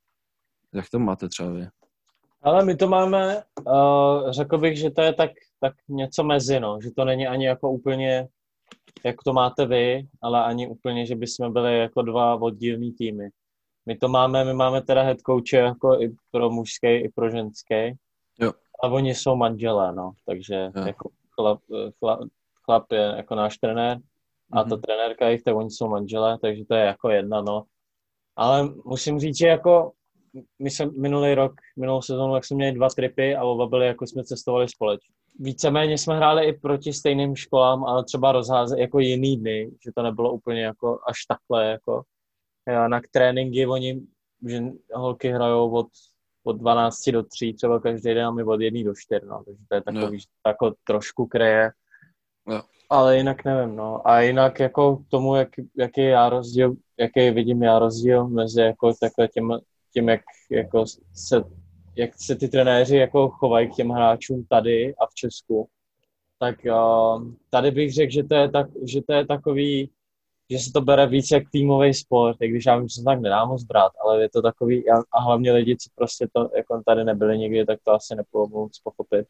Jak to máte třeba vy? Ale my to máme, uh, řekl bych, že to je tak, tak něco mezi, no, že to není ani jako úplně, jak to máte vy, ale ani úplně, že bychom byli jako dva oddílný týmy. My to máme, my máme teda head coache jako i pro mužský, i pro ženský. Jo. A oni jsou manželé, no, takže jo. Jako chlap, chlap, chlap je jako náš trenér a ta Mhm. trenérka jich, tak oni jsou manželé, takže to je jako jedna, no. Ale musím říct, že jako my jsme minulý rok, minulou sezónu, jak jsme měli dva tripy a oba byly, jako jsme cestovali společně. Víceméně jsme hráli i proti stejným školám, ale třeba rozházet jako jiný dny, že to nebylo úplně jako až takhle, jako na tréninky oni, že holky hrajou od, od dvanácti do tří třeba každý den a my od jedné do čtyř, no, takže to je takový, No. že to jako trošku kreje. No. Ale jinak nevím, no. A jinak jako k tomu, jak, jaký je já rozdíl, jaký vidím já rozdíl mezi jako takhle těm, tím, jak jako se, jak se ty trenéři jako chovají k těm hráčům tady a v Česku, tak uh, tady bych řekl, že to je tak, že to je takový, že se to bere víc jak týmový sport, i když já vím, že se tak nedá moc brát, ale je to takový, a hlavně lidi, co prostě to, jako tady nebyli nikdy, tak to asi nepůjdu moc pochopit.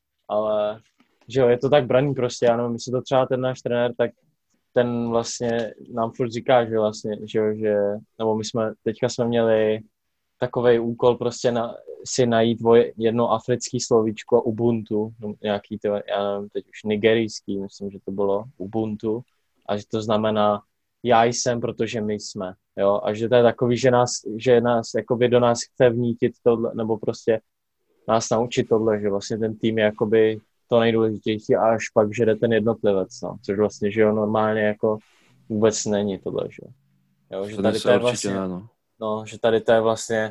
Ale že jo, je to tak braný prostě, já nevím, jestli to třeba ten náš trenér, tak ten vlastně nám furt říká, že vlastně, že jo, že, nebo my jsme, teďka jsme měli takovej úkol prostě na, si najít dvoje, jedno africký slovíčko a Ubuntu, nějaký to, já nevím, teď už nigerijský, myslím, že to bylo Ubuntu, a že to znamená já jsem, protože my jsme, jo, a že to je takový, že nás, že nás, jakoby do nás chce vnítit tohle, nebo prostě nás naučit tohle, že vlastně ten tým je jakoby to nejdůležitější a až pak, že jde ten jednotlivec, no, což vlastně, že jo, normálně jako vůbec není tohle, že jo, že To tady to je určitě vlastně, ne, no. no, že tady to je vlastně,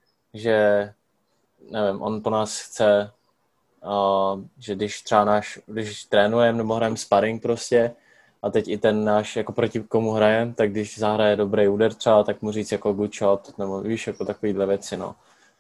že, nevím, on po nás chce, uh, že když třeba náš, když trénujeme nebo hrajeme sparring prostě, a teď i ten náš, jako proti komu hrajeme, tak když zahraje dobrý úder třeba, tak mu říct jako good shot, nebo víš, jako takovýhle věci, no.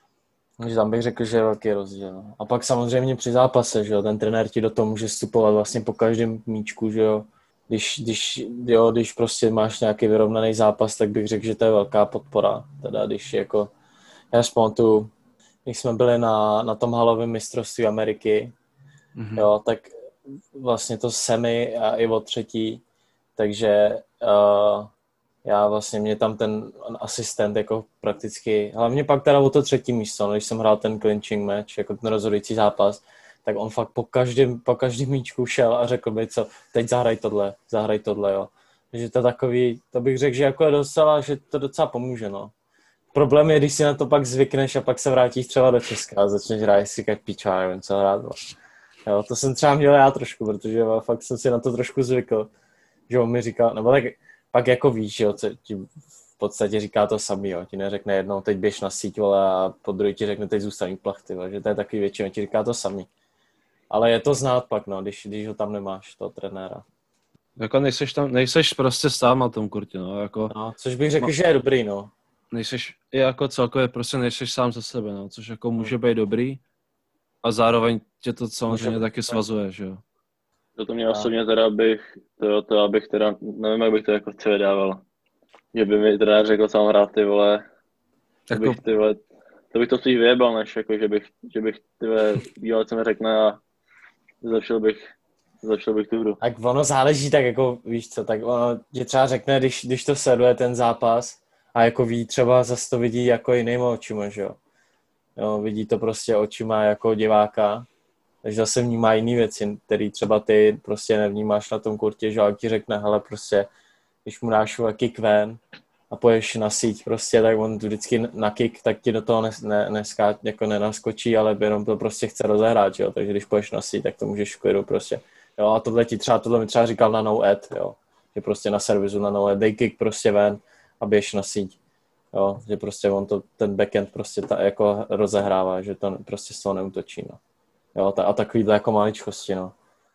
Takže tam bych řekl, že je velký rozdíl. No. A pak samozřejmě při zápase, že jo, ten trenér ti do toho může vstupovat vlastně po každém míčku, že jo. Když, když, jo, když prostě máš nějaký vyrovnaný zápas, tak bych řekl, že to je velká podpora. Teda když jako, já vzpamatuju, když jsme byli na, na tom halovém mistrovství Ameriky, mm-hmm. jo, tak vlastně to semi a i o třetí, takže uh, já vlastně, mě tam ten asistent jako prakticky, hlavně pak teda o to třetí místo, no, když jsem hrál ten clinching match, jako ten rozhodující zápas, tak on fakt po každém, po každém míčku šel a řekl mi, co, teď zahraj tohle, zahraj tohle, jo. Takže to takový, to bych řekl, že jako je docela, že to docela pomůže, no. Problém je, když si na to pak zvykneš a pak se vrátíš třeba do Česka a začneš hrát si jak piča, nevím, co hrát, no. Jo, to jsem třeba měl já trošku, protože jo, fakt jsem si na to trošku zvykl, že on mi říkal, nebo tak pak jako víš, jo, co ti v podstatě říká to samý, jo, ti neřekne jednou, teď běž na síť, vole, a po druhý ti řekne, teď zůstaň plachty, vole, že to je takový většinou, ti říká to samý. Ale je to znát pak, no, když, když ho tam nemáš, toho trenéra. Jako nejseš tam, nejseš prostě sám na tom kurtě, no, jako. No, což bych řekl, no, že je dobrý, no. Nejseš, jako celkově prostě nejseš sám za sebe, no, což jako může být dobrý a zároveň tě to samozřejmě může taky svazuje, že jo. To mě osobně teda bych, to, to abych teda, nevím, jak bych to jako celé dával. Že by mi trenér řekl sám hrát, ty vole, to bych, ty vole, to bych to spíš vyjebal, než jako, že bych, že bych, ty vole, dělal, co mi řekne a zlepšil bych, zlepšil bych tu hru. Tak ono záleží, tak jako, víš co, tak ono ti třeba řekne, když, když to sleduje ten zápas a jako ví, třeba zase to vidí jako jinýma očima, že jo. Jo, vidí to prostě očima jako diváka, takže zase vnímá jiný věci, který třeba ty prostě nevnímáš na tom kurtě, že ti řekne, hele, prostě, když mu dáš kick ven a poješ na síť prostě, tak on vždycky na kick, tak ti do toho ne, ne, neská, jako nenaskočí, ale jenom to prostě chce rozehrát, že jo, takže když poješ na síť, tak to můžeš v klidu prostě, jo, a tohle ti třeba, tohle mi třeba říkal na no ad, jo, že prostě na servisu na no ad, dej kick prostě ven a běž na síť. Jo, že prostě on to, ten backend prostě ta, jako rozehrává, že to prostě z toho neútočí, no. Jo, ta, a takovýhle jako maličkosti, no.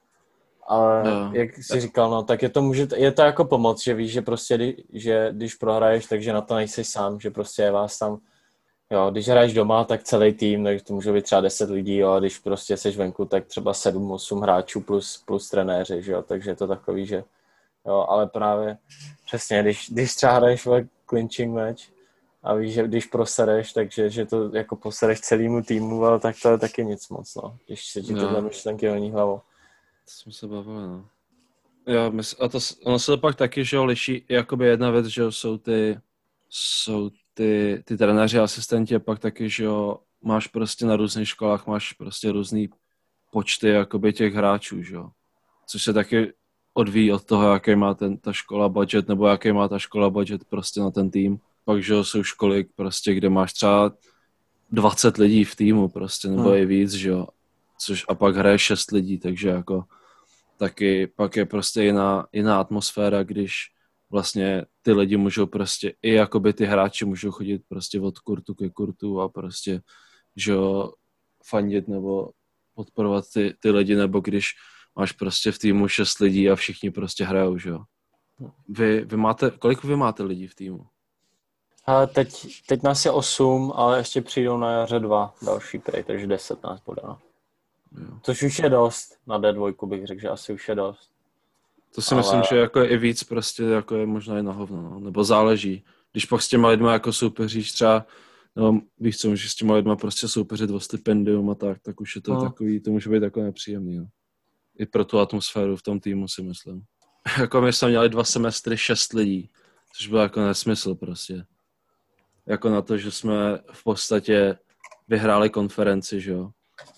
Ale no, jak jsi říkal, no, tak je to, může, je to jako pomoc, že víš, že prostě, že když prohraješ, takže na to nejsi sám, že prostě je vás tam, jo, když hraješ doma, tak celý tým, takže to může být třeba deset lidí, jo, a když prostě seš venku, tak třeba sedm osm hráčů plus, plus trenéři, že jo, takže je to takový, že, jo, ale právě přesně, když, když třeba hraješ clinching match, a víš, že když prosereš, takže že to jako posereš celému týmu, ale tak to je taky nic moc, no. Když se ti tyhle myšlenky honí hlavou. To jsme se bavili, no. Já mysl, a to, ono se to pak taky, že jo, liší, jakoby jedna věc, že jo, jsou ty, jsou ty, ty trenéři, asistenti, a pak taky, že jo, máš prostě na různých školách, máš prostě různý počty jakoby těch hráčů, že jo. Což se taky odvíjí od toho, jaký má ten, ta škola budget, nebo jaký má ta škola budget prostě na ten tým. Pak, že jo, jsou školy prostě, kde máš třeba dvacet lidí v týmu prostě, nebo hmm. i víc, že jo. Což a pak hraje šest lidí, takže jako taky pak je prostě jiná, jiná atmosféra, když vlastně ty lidi můžou prostě, i jakoby ty hráči můžou chodit prostě od kurtu ke kurtu a prostě, že jo, fandit nebo podporovat ty, ty lidi, nebo když máš prostě v týmu šest lidí a všichni prostě hrajou, že jo. Vy, vy máte, kolik vy máte lidí v týmu? A teď, teď nás je osm, ale ještě přijdou na jaře dva další prej, takže deset nás bude, no. Jo. Což už je dost, na D dva bych řekl, že asi už je dost. To si ale... myslím, že jako je i víc prostě, jako je možná i na hovno, no. Nebo záleží. Když pak s těma lidma jako soupeříš třeba, no víš co, můžeš s těma lidma prostě soupeřit o stipendium a tak, tak už je to no. takový, to může být jako nepříjemný, no. I pro tu atmosféru v tom týmu si myslím. Jako my jsme měli dva semestry šest lidí, což byl jako nesmysl prostě. Jako na to, že jsme v podstatě vyhráli konferenci, že jo.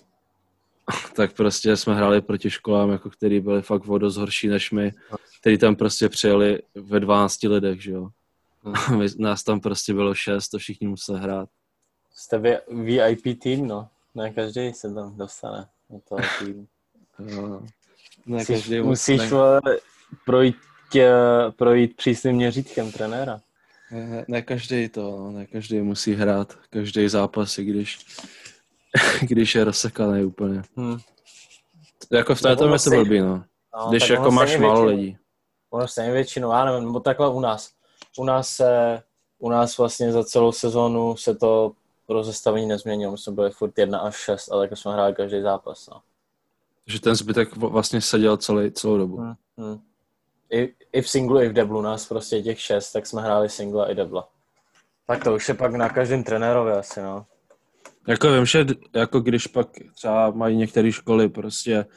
Tak prostě jsme hráli proti školám, jako který byly fakt o dost horší než my, který tam prostě přijeli ve dvanácti lidech, že jo. My, nás tam prostě bylo šest, to všichni museli hrát. Jste V I P tým, no. Ne každý se tam dostane do toho týmu. No, ne musíš každý musíš ne. projít, projít přísným měřítkem trenéra. Ne, ne každý to, ne každý musí hrát, každý zápas, i když, když je rozsekaný úplně. Hmm. Jako v této je to blbý, no. no. Když jako máš málo lidí. Ono stejně většinou, já nevím, nebo takhle u nás. U nás se, u nás vlastně za celou sezónu se to rozestavení nezměnilo. My jsme byli furt jedna až šest, ale jako jsme hráli každý zápas, no. Takže ten zbytek vlastně seděl celý, celou dobu. Hmm, hmm. I, I v singlu, i v deblu nás prostě těch šest, tak jsme hráli singla i debla. Tak to už je pak na každém trenérovi asi, no. Jako vím, že jako když pak třeba mají některé školy prostě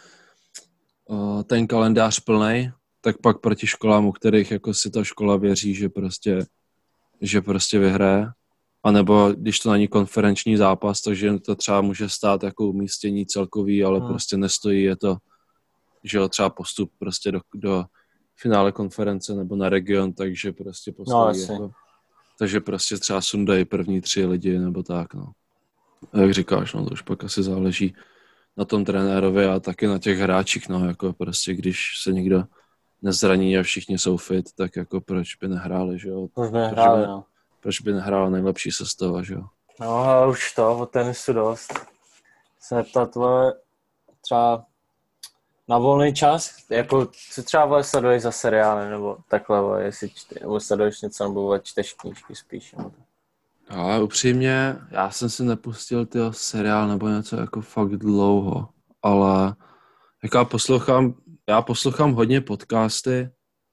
uh, ten kalendář plnej, tak pak proti školám, u kterých jako si ta škola věří, že prostě, že prostě vyhraje. A nebo když to není konferenční zápas, takže to třeba může stát jako umístění celkový, ale hmm. prostě nestojí, je to, že jo, třeba postup prostě do, do finále konference nebo na region, takže prostě postojí. No, jako, takže prostě třeba sundají první tři lidi nebo tak, no. A jak říkáš, no to už pak asi záleží na tom trenérovi a taky na těch hráčích, no, jako prostě když se někdo nezraní a všichni jsou fit, tak jako proč by nehráli, že jo? Proč by nehráli, no. Proč by nehrála nejlepší sestava, že jo? No a už to, o tenisu dost. Se neptat, vole, třeba na volný čas, jako co třeba vole sleduješ za seriály, nebo takhle, vole, jestli čte, nebo sleduješ něco, nebo vole, čteš knížky spíš, nebo tak. Ale upřímně, já jsem si nepustil tyho seriál nebo něco jako fakt dlouho, ale jako já poslouchám, já poslouchám hodně podcasty,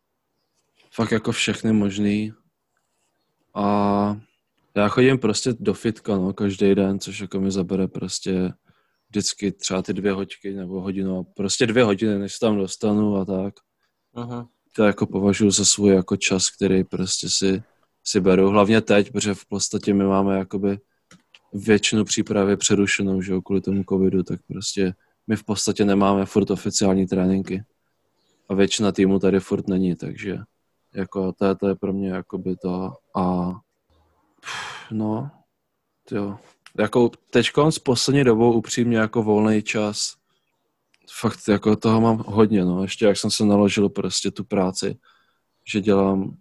fakt jako všechny možný. A já chodím prostě do fitka, no, každý den, což jako mi zabere prostě vždycky třeba ty dvě hoďky nebo hodinu, prostě dvě hodiny, než se tam dostanu a tak. Uh-huh. To jako považuji za svůj jako čas, který prostě si, si beru. Hlavně teď, protože v podstatě my máme jakoby většinu přípravy přerušenou, že jo, kvůli tomu covidu, tak prostě my v podstatě nemáme furt oficiální tréninky. A většina týmu tady furt není, takže jako to, to je pro mě jakoby to a no, jo. Jako teďko s poslední dobou upřímně jako volný čas, fakt jako toho mám hodně, no, ještě jak jsem se naložil prostě tu práci, že dělám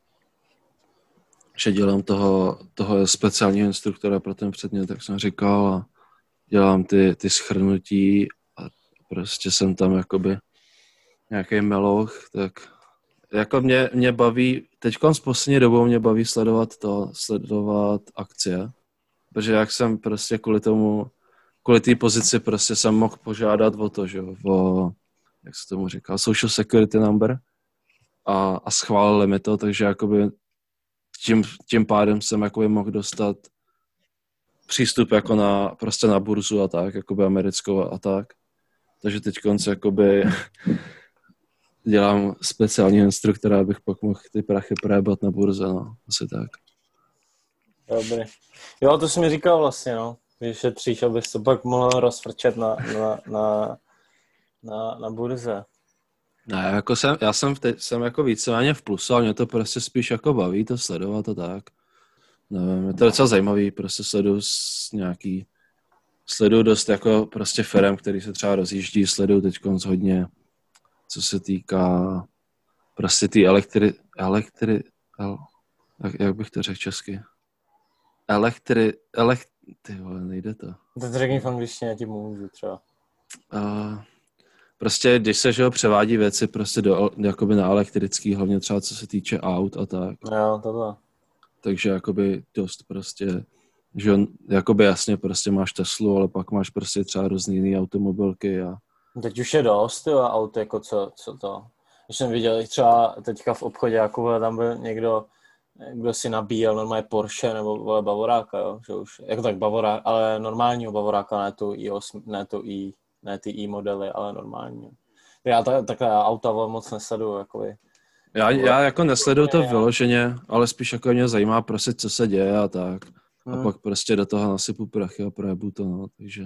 že dělám toho, toho speciálního instruktora pro ten předmět, tak jsem říkal a dělám ty, ty shrnutí a prostě jsem tam jakoby nějaký melouch, tak jako mě, mě baví, teďko s poslední dobou mě baví sledovat to, sledovat akcie, protože jak jsem prostě kvůli tomu, kvůli té pozici prostě jsem mohl požádat o to, že jo, o, jak se tomu říká, social security number a, a schválili mi to, takže jakoby tím, tím pádem jsem jakoby mohl dostat přístup jako na, prostě na burzu a tak, jakoby americkou a tak. Takže teď konce jakoby dělám speciálního instruktora, abych pak mohl ty prachy projebat na burze, no, asi tak. Dobrý. Jo, to jsi mi říkal vlastně, no. Když šetříš, abys to pak mohl rozfrčet na, na, na, na, na burze. Ne, jako jsem, já jsem, teď, jsem jako víceméně v plusu, ale mě to prostě spíš jako baví to sledovat a tak. Nevím, je to docela zajímavý, prostě sleduju s nějaký, sleduju dost jako prostě firem, který se třeba rozjíždí, sleduju teď hodně, co se týká prostě ty elektry, elektry, el, jak, jak bych to řekl česky? Elektry, elekt, ty vole, nejde to. To řekni v angličtině, já ti můžu třeba. Uh, prostě, když se, že ho, převádí věci prostě do, jakoby na elektrický, hlavně třeba co se týče aut a tak. Jo, tohle. Takže jakoby dost prostě, že on, jakoby jasně prostě máš Teslu, ale pak máš prostě třeba různý jiný automobilky a... Teď už je dost, jo, aut, jako co, co to. Když jsem viděl třeba teďka v obchodě, jako tam byl někdo, kdo si nabíjel normálně Porsche nebo vole Bavoráka, jo, že už, jako tak Bavorák, ale normálního Bavoráka, ne tu i osm, ne tu i, ne ty i modely, ale normální. Já tak, takhle auta moc nesleduju, jakoby. Já, já jako nesleduju to vyloženě, ale spíš jako mě zajímá prostě, co se děje a tak. A hmm. pak prostě do toho nasypu prachy a projebu to, no, takže...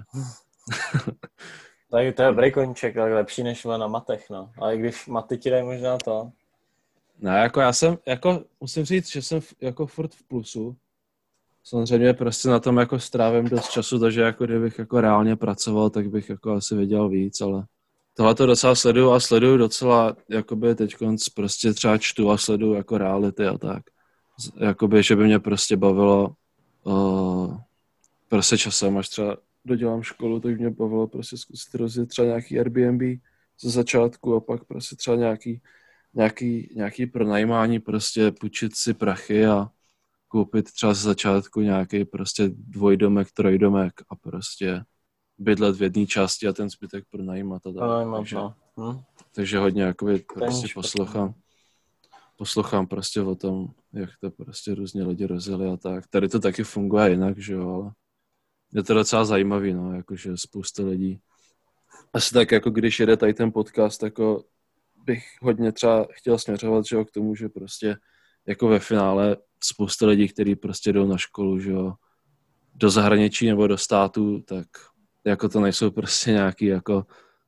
Tak to je dobrý koníček, tak lepší než na matech, no. Ale když maty ti dají možná to. Ne, jako já jsem, jako musím říct, že jsem jako furt v plusu. Samozřejmě prostě na tom jako strávím dost času, takže jako kdybych jako reálně pracoval, tak bych jako asi věděl víc, ale tohle to docela sleduju a sleduju docela, jakoby teďkonc prostě třeba čtu a sleduju jako reality a tak. Jakoby, že by mě prostě bavilo uh, prostě časem, až třeba dodělám školu, tak mě bavilo prostě zkusit rozjet třeba nějaký Airbnb ze začátku a pak prostě třeba nějaký, nějaký, nějaký pronajímání, prostě půjčit si prachy a koupit třeba ze začátku nějaký prostě dvojdomek, trojdomek a prostě bydlet v jedné části a ten zbytek pronajímat a tak. No, takže, no. Hm? takže hodně jakoby prostě poslouchám. Poslouchám prostě o tom, jak to prostě různě lidi rozjeli a tak. Tady to taky funguje jinak, že jo, ale je to docela zajímavý, no, jakože spousta lidí. Asi tak, jako když jede tady ten podcast, jako bych hodně třeba chtěl směřovat, že jo, k tomu, že prostě jako ve finále spousta lidí, kteří prostě jdou na školu, že jo, do zahraničí nebo do státu, tak jako to nejsou prostě nějaký jako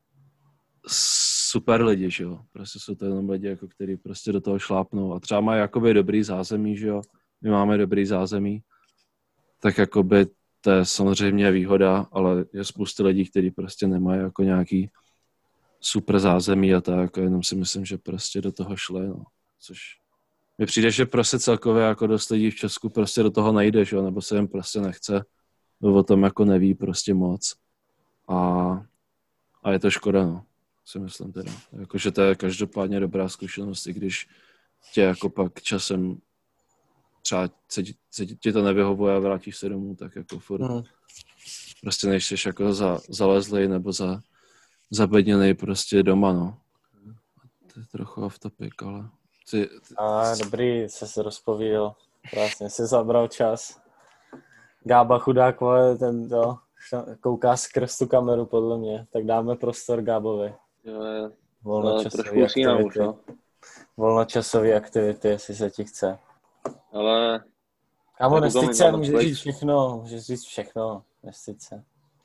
super lidi, že jo. Prostě jsou to jenom lidi, jako kteří prostě do toho šlápnou a třeba mají jakoby dobrý zázemí, že jo. My máme dobrý zázemí, tak jakoby to je samozřejmě výhoda, ale je spousta lidí, kteří prostě nemají jako nějaký super zázemí a tak a jenom si myslím, že prostě do toho šli, no. Což mi přijde, že prostě celkově jako dost lidí v Česku prostě do toho nejde, že jo, nebo se jim prostě nechce, o tom jako neví prostě moc a, a je to škoda, no, si myslím teda. Jakože to je každopádně dobrá zkušenost, i když tě jako pak časem třeba se, se ti to nevyhovuje a vrátíš se domů, tak jako furt hmm. prostě nejsi jako za, zalezlej nebo za, zabedněnej prostě doma, no. To je trochu off topic, ale... Ty, ty... A dobrý, jsi se rozpovídal. Krásně jsi zabral čas. Gába chudák, ten to kouká skrz tu kameru, podle mě. Tak dáme prostor Gábovi. Jo, jo. Volnočasové aktivity. No. Volnočasové aktivity, jestli se ti chce. Ale... Kámo, nestyď se, můžeš říct všechno. Můžeš říct všechno, nestyď se.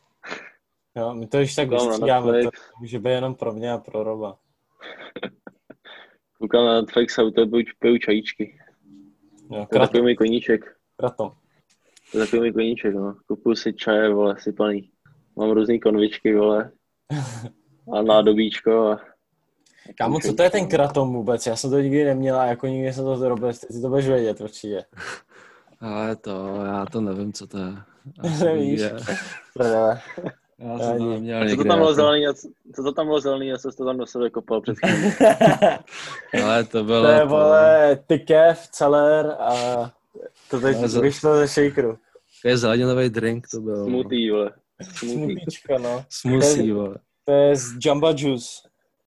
Jo, my to už tak vystřídáme, to může být jenom pro mě a pro Roba. Koukám na Netflix a u toho piju čajíčky. Jo, to je takový můj koníček. Kratom. To je takový můj koníček, no. Kupuju si čaje, vole, sypaný. Mám různý konvičky, vole. A nádobíčko a... Kámo, co to je ten kratom vůbec? Já jsem to nikdy neměl a jako nikdy jsem to zrobil. Ty to budeš vědět určitě. Ale to, já to nevím, co to je. Nevíš? Prdele. Já jsem to neměl co to tam bylo zelený, co to tam bylo zelený, a co jsi to tam do sebe kopal před chvílí. Ale to bylo... To je, vole, Tykev, Celer a to teď z... vyšlo ze shakeru. To je zeleninový drink, to bylo. Smoothie, vole. Smoothiečka, no. Smoothie, vole. To je z Jamba Juice.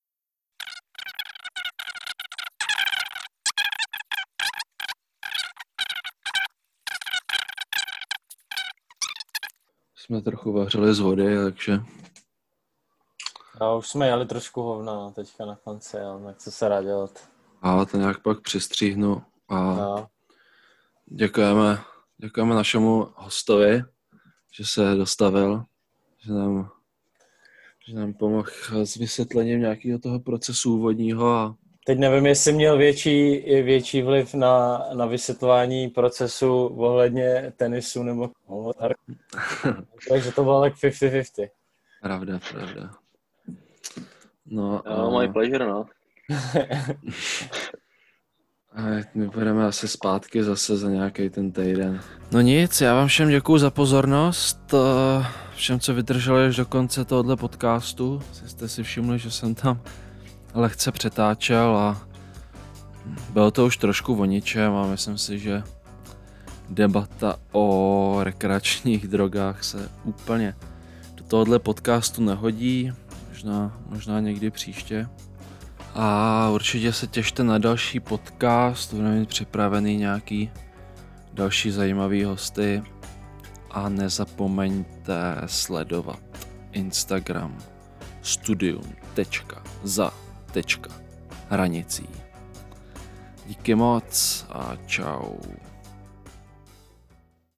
Jsme trochu vařili z vody, takže... A už jsme jeli trošku hovna teďka na konci, jo. Tak co se dá dělat? A to nějak pak přestříhnu a no. děkujeme, děkujeme našemu hostovi, že se dostavil, že nám, že nám pomohl s vysvětlením nějakého toho procesu úvodního. A... Teď nevím, jestli měl větší, větší vliv na, na vysvětlování procesu ohledně tenisu nebo... Takže to bylo tak padesát na padesát. Pravda, pravda. No, jo, my pleasure, no. A my budeme asi zpátky zase za nějaký ten týden. No nic, já vám všem děkuju za pozornost. Všem, co vydrželi až do konce tohoto podcastu. Jste si všimli, že jsem tam lehce přetáčel a bylo to už trošku o ničem a myslím si, že debata o rekreačních drogách se úplně do tohoto podcastu nehodí. Možná, možná někdy příště. A určitě se těšte na další podcast, budeme mít připravený nějaký další zajímavý hosty a nezapomeňte sledovat Instagram studium tečka za tečka hranicí. Díky moc a čau.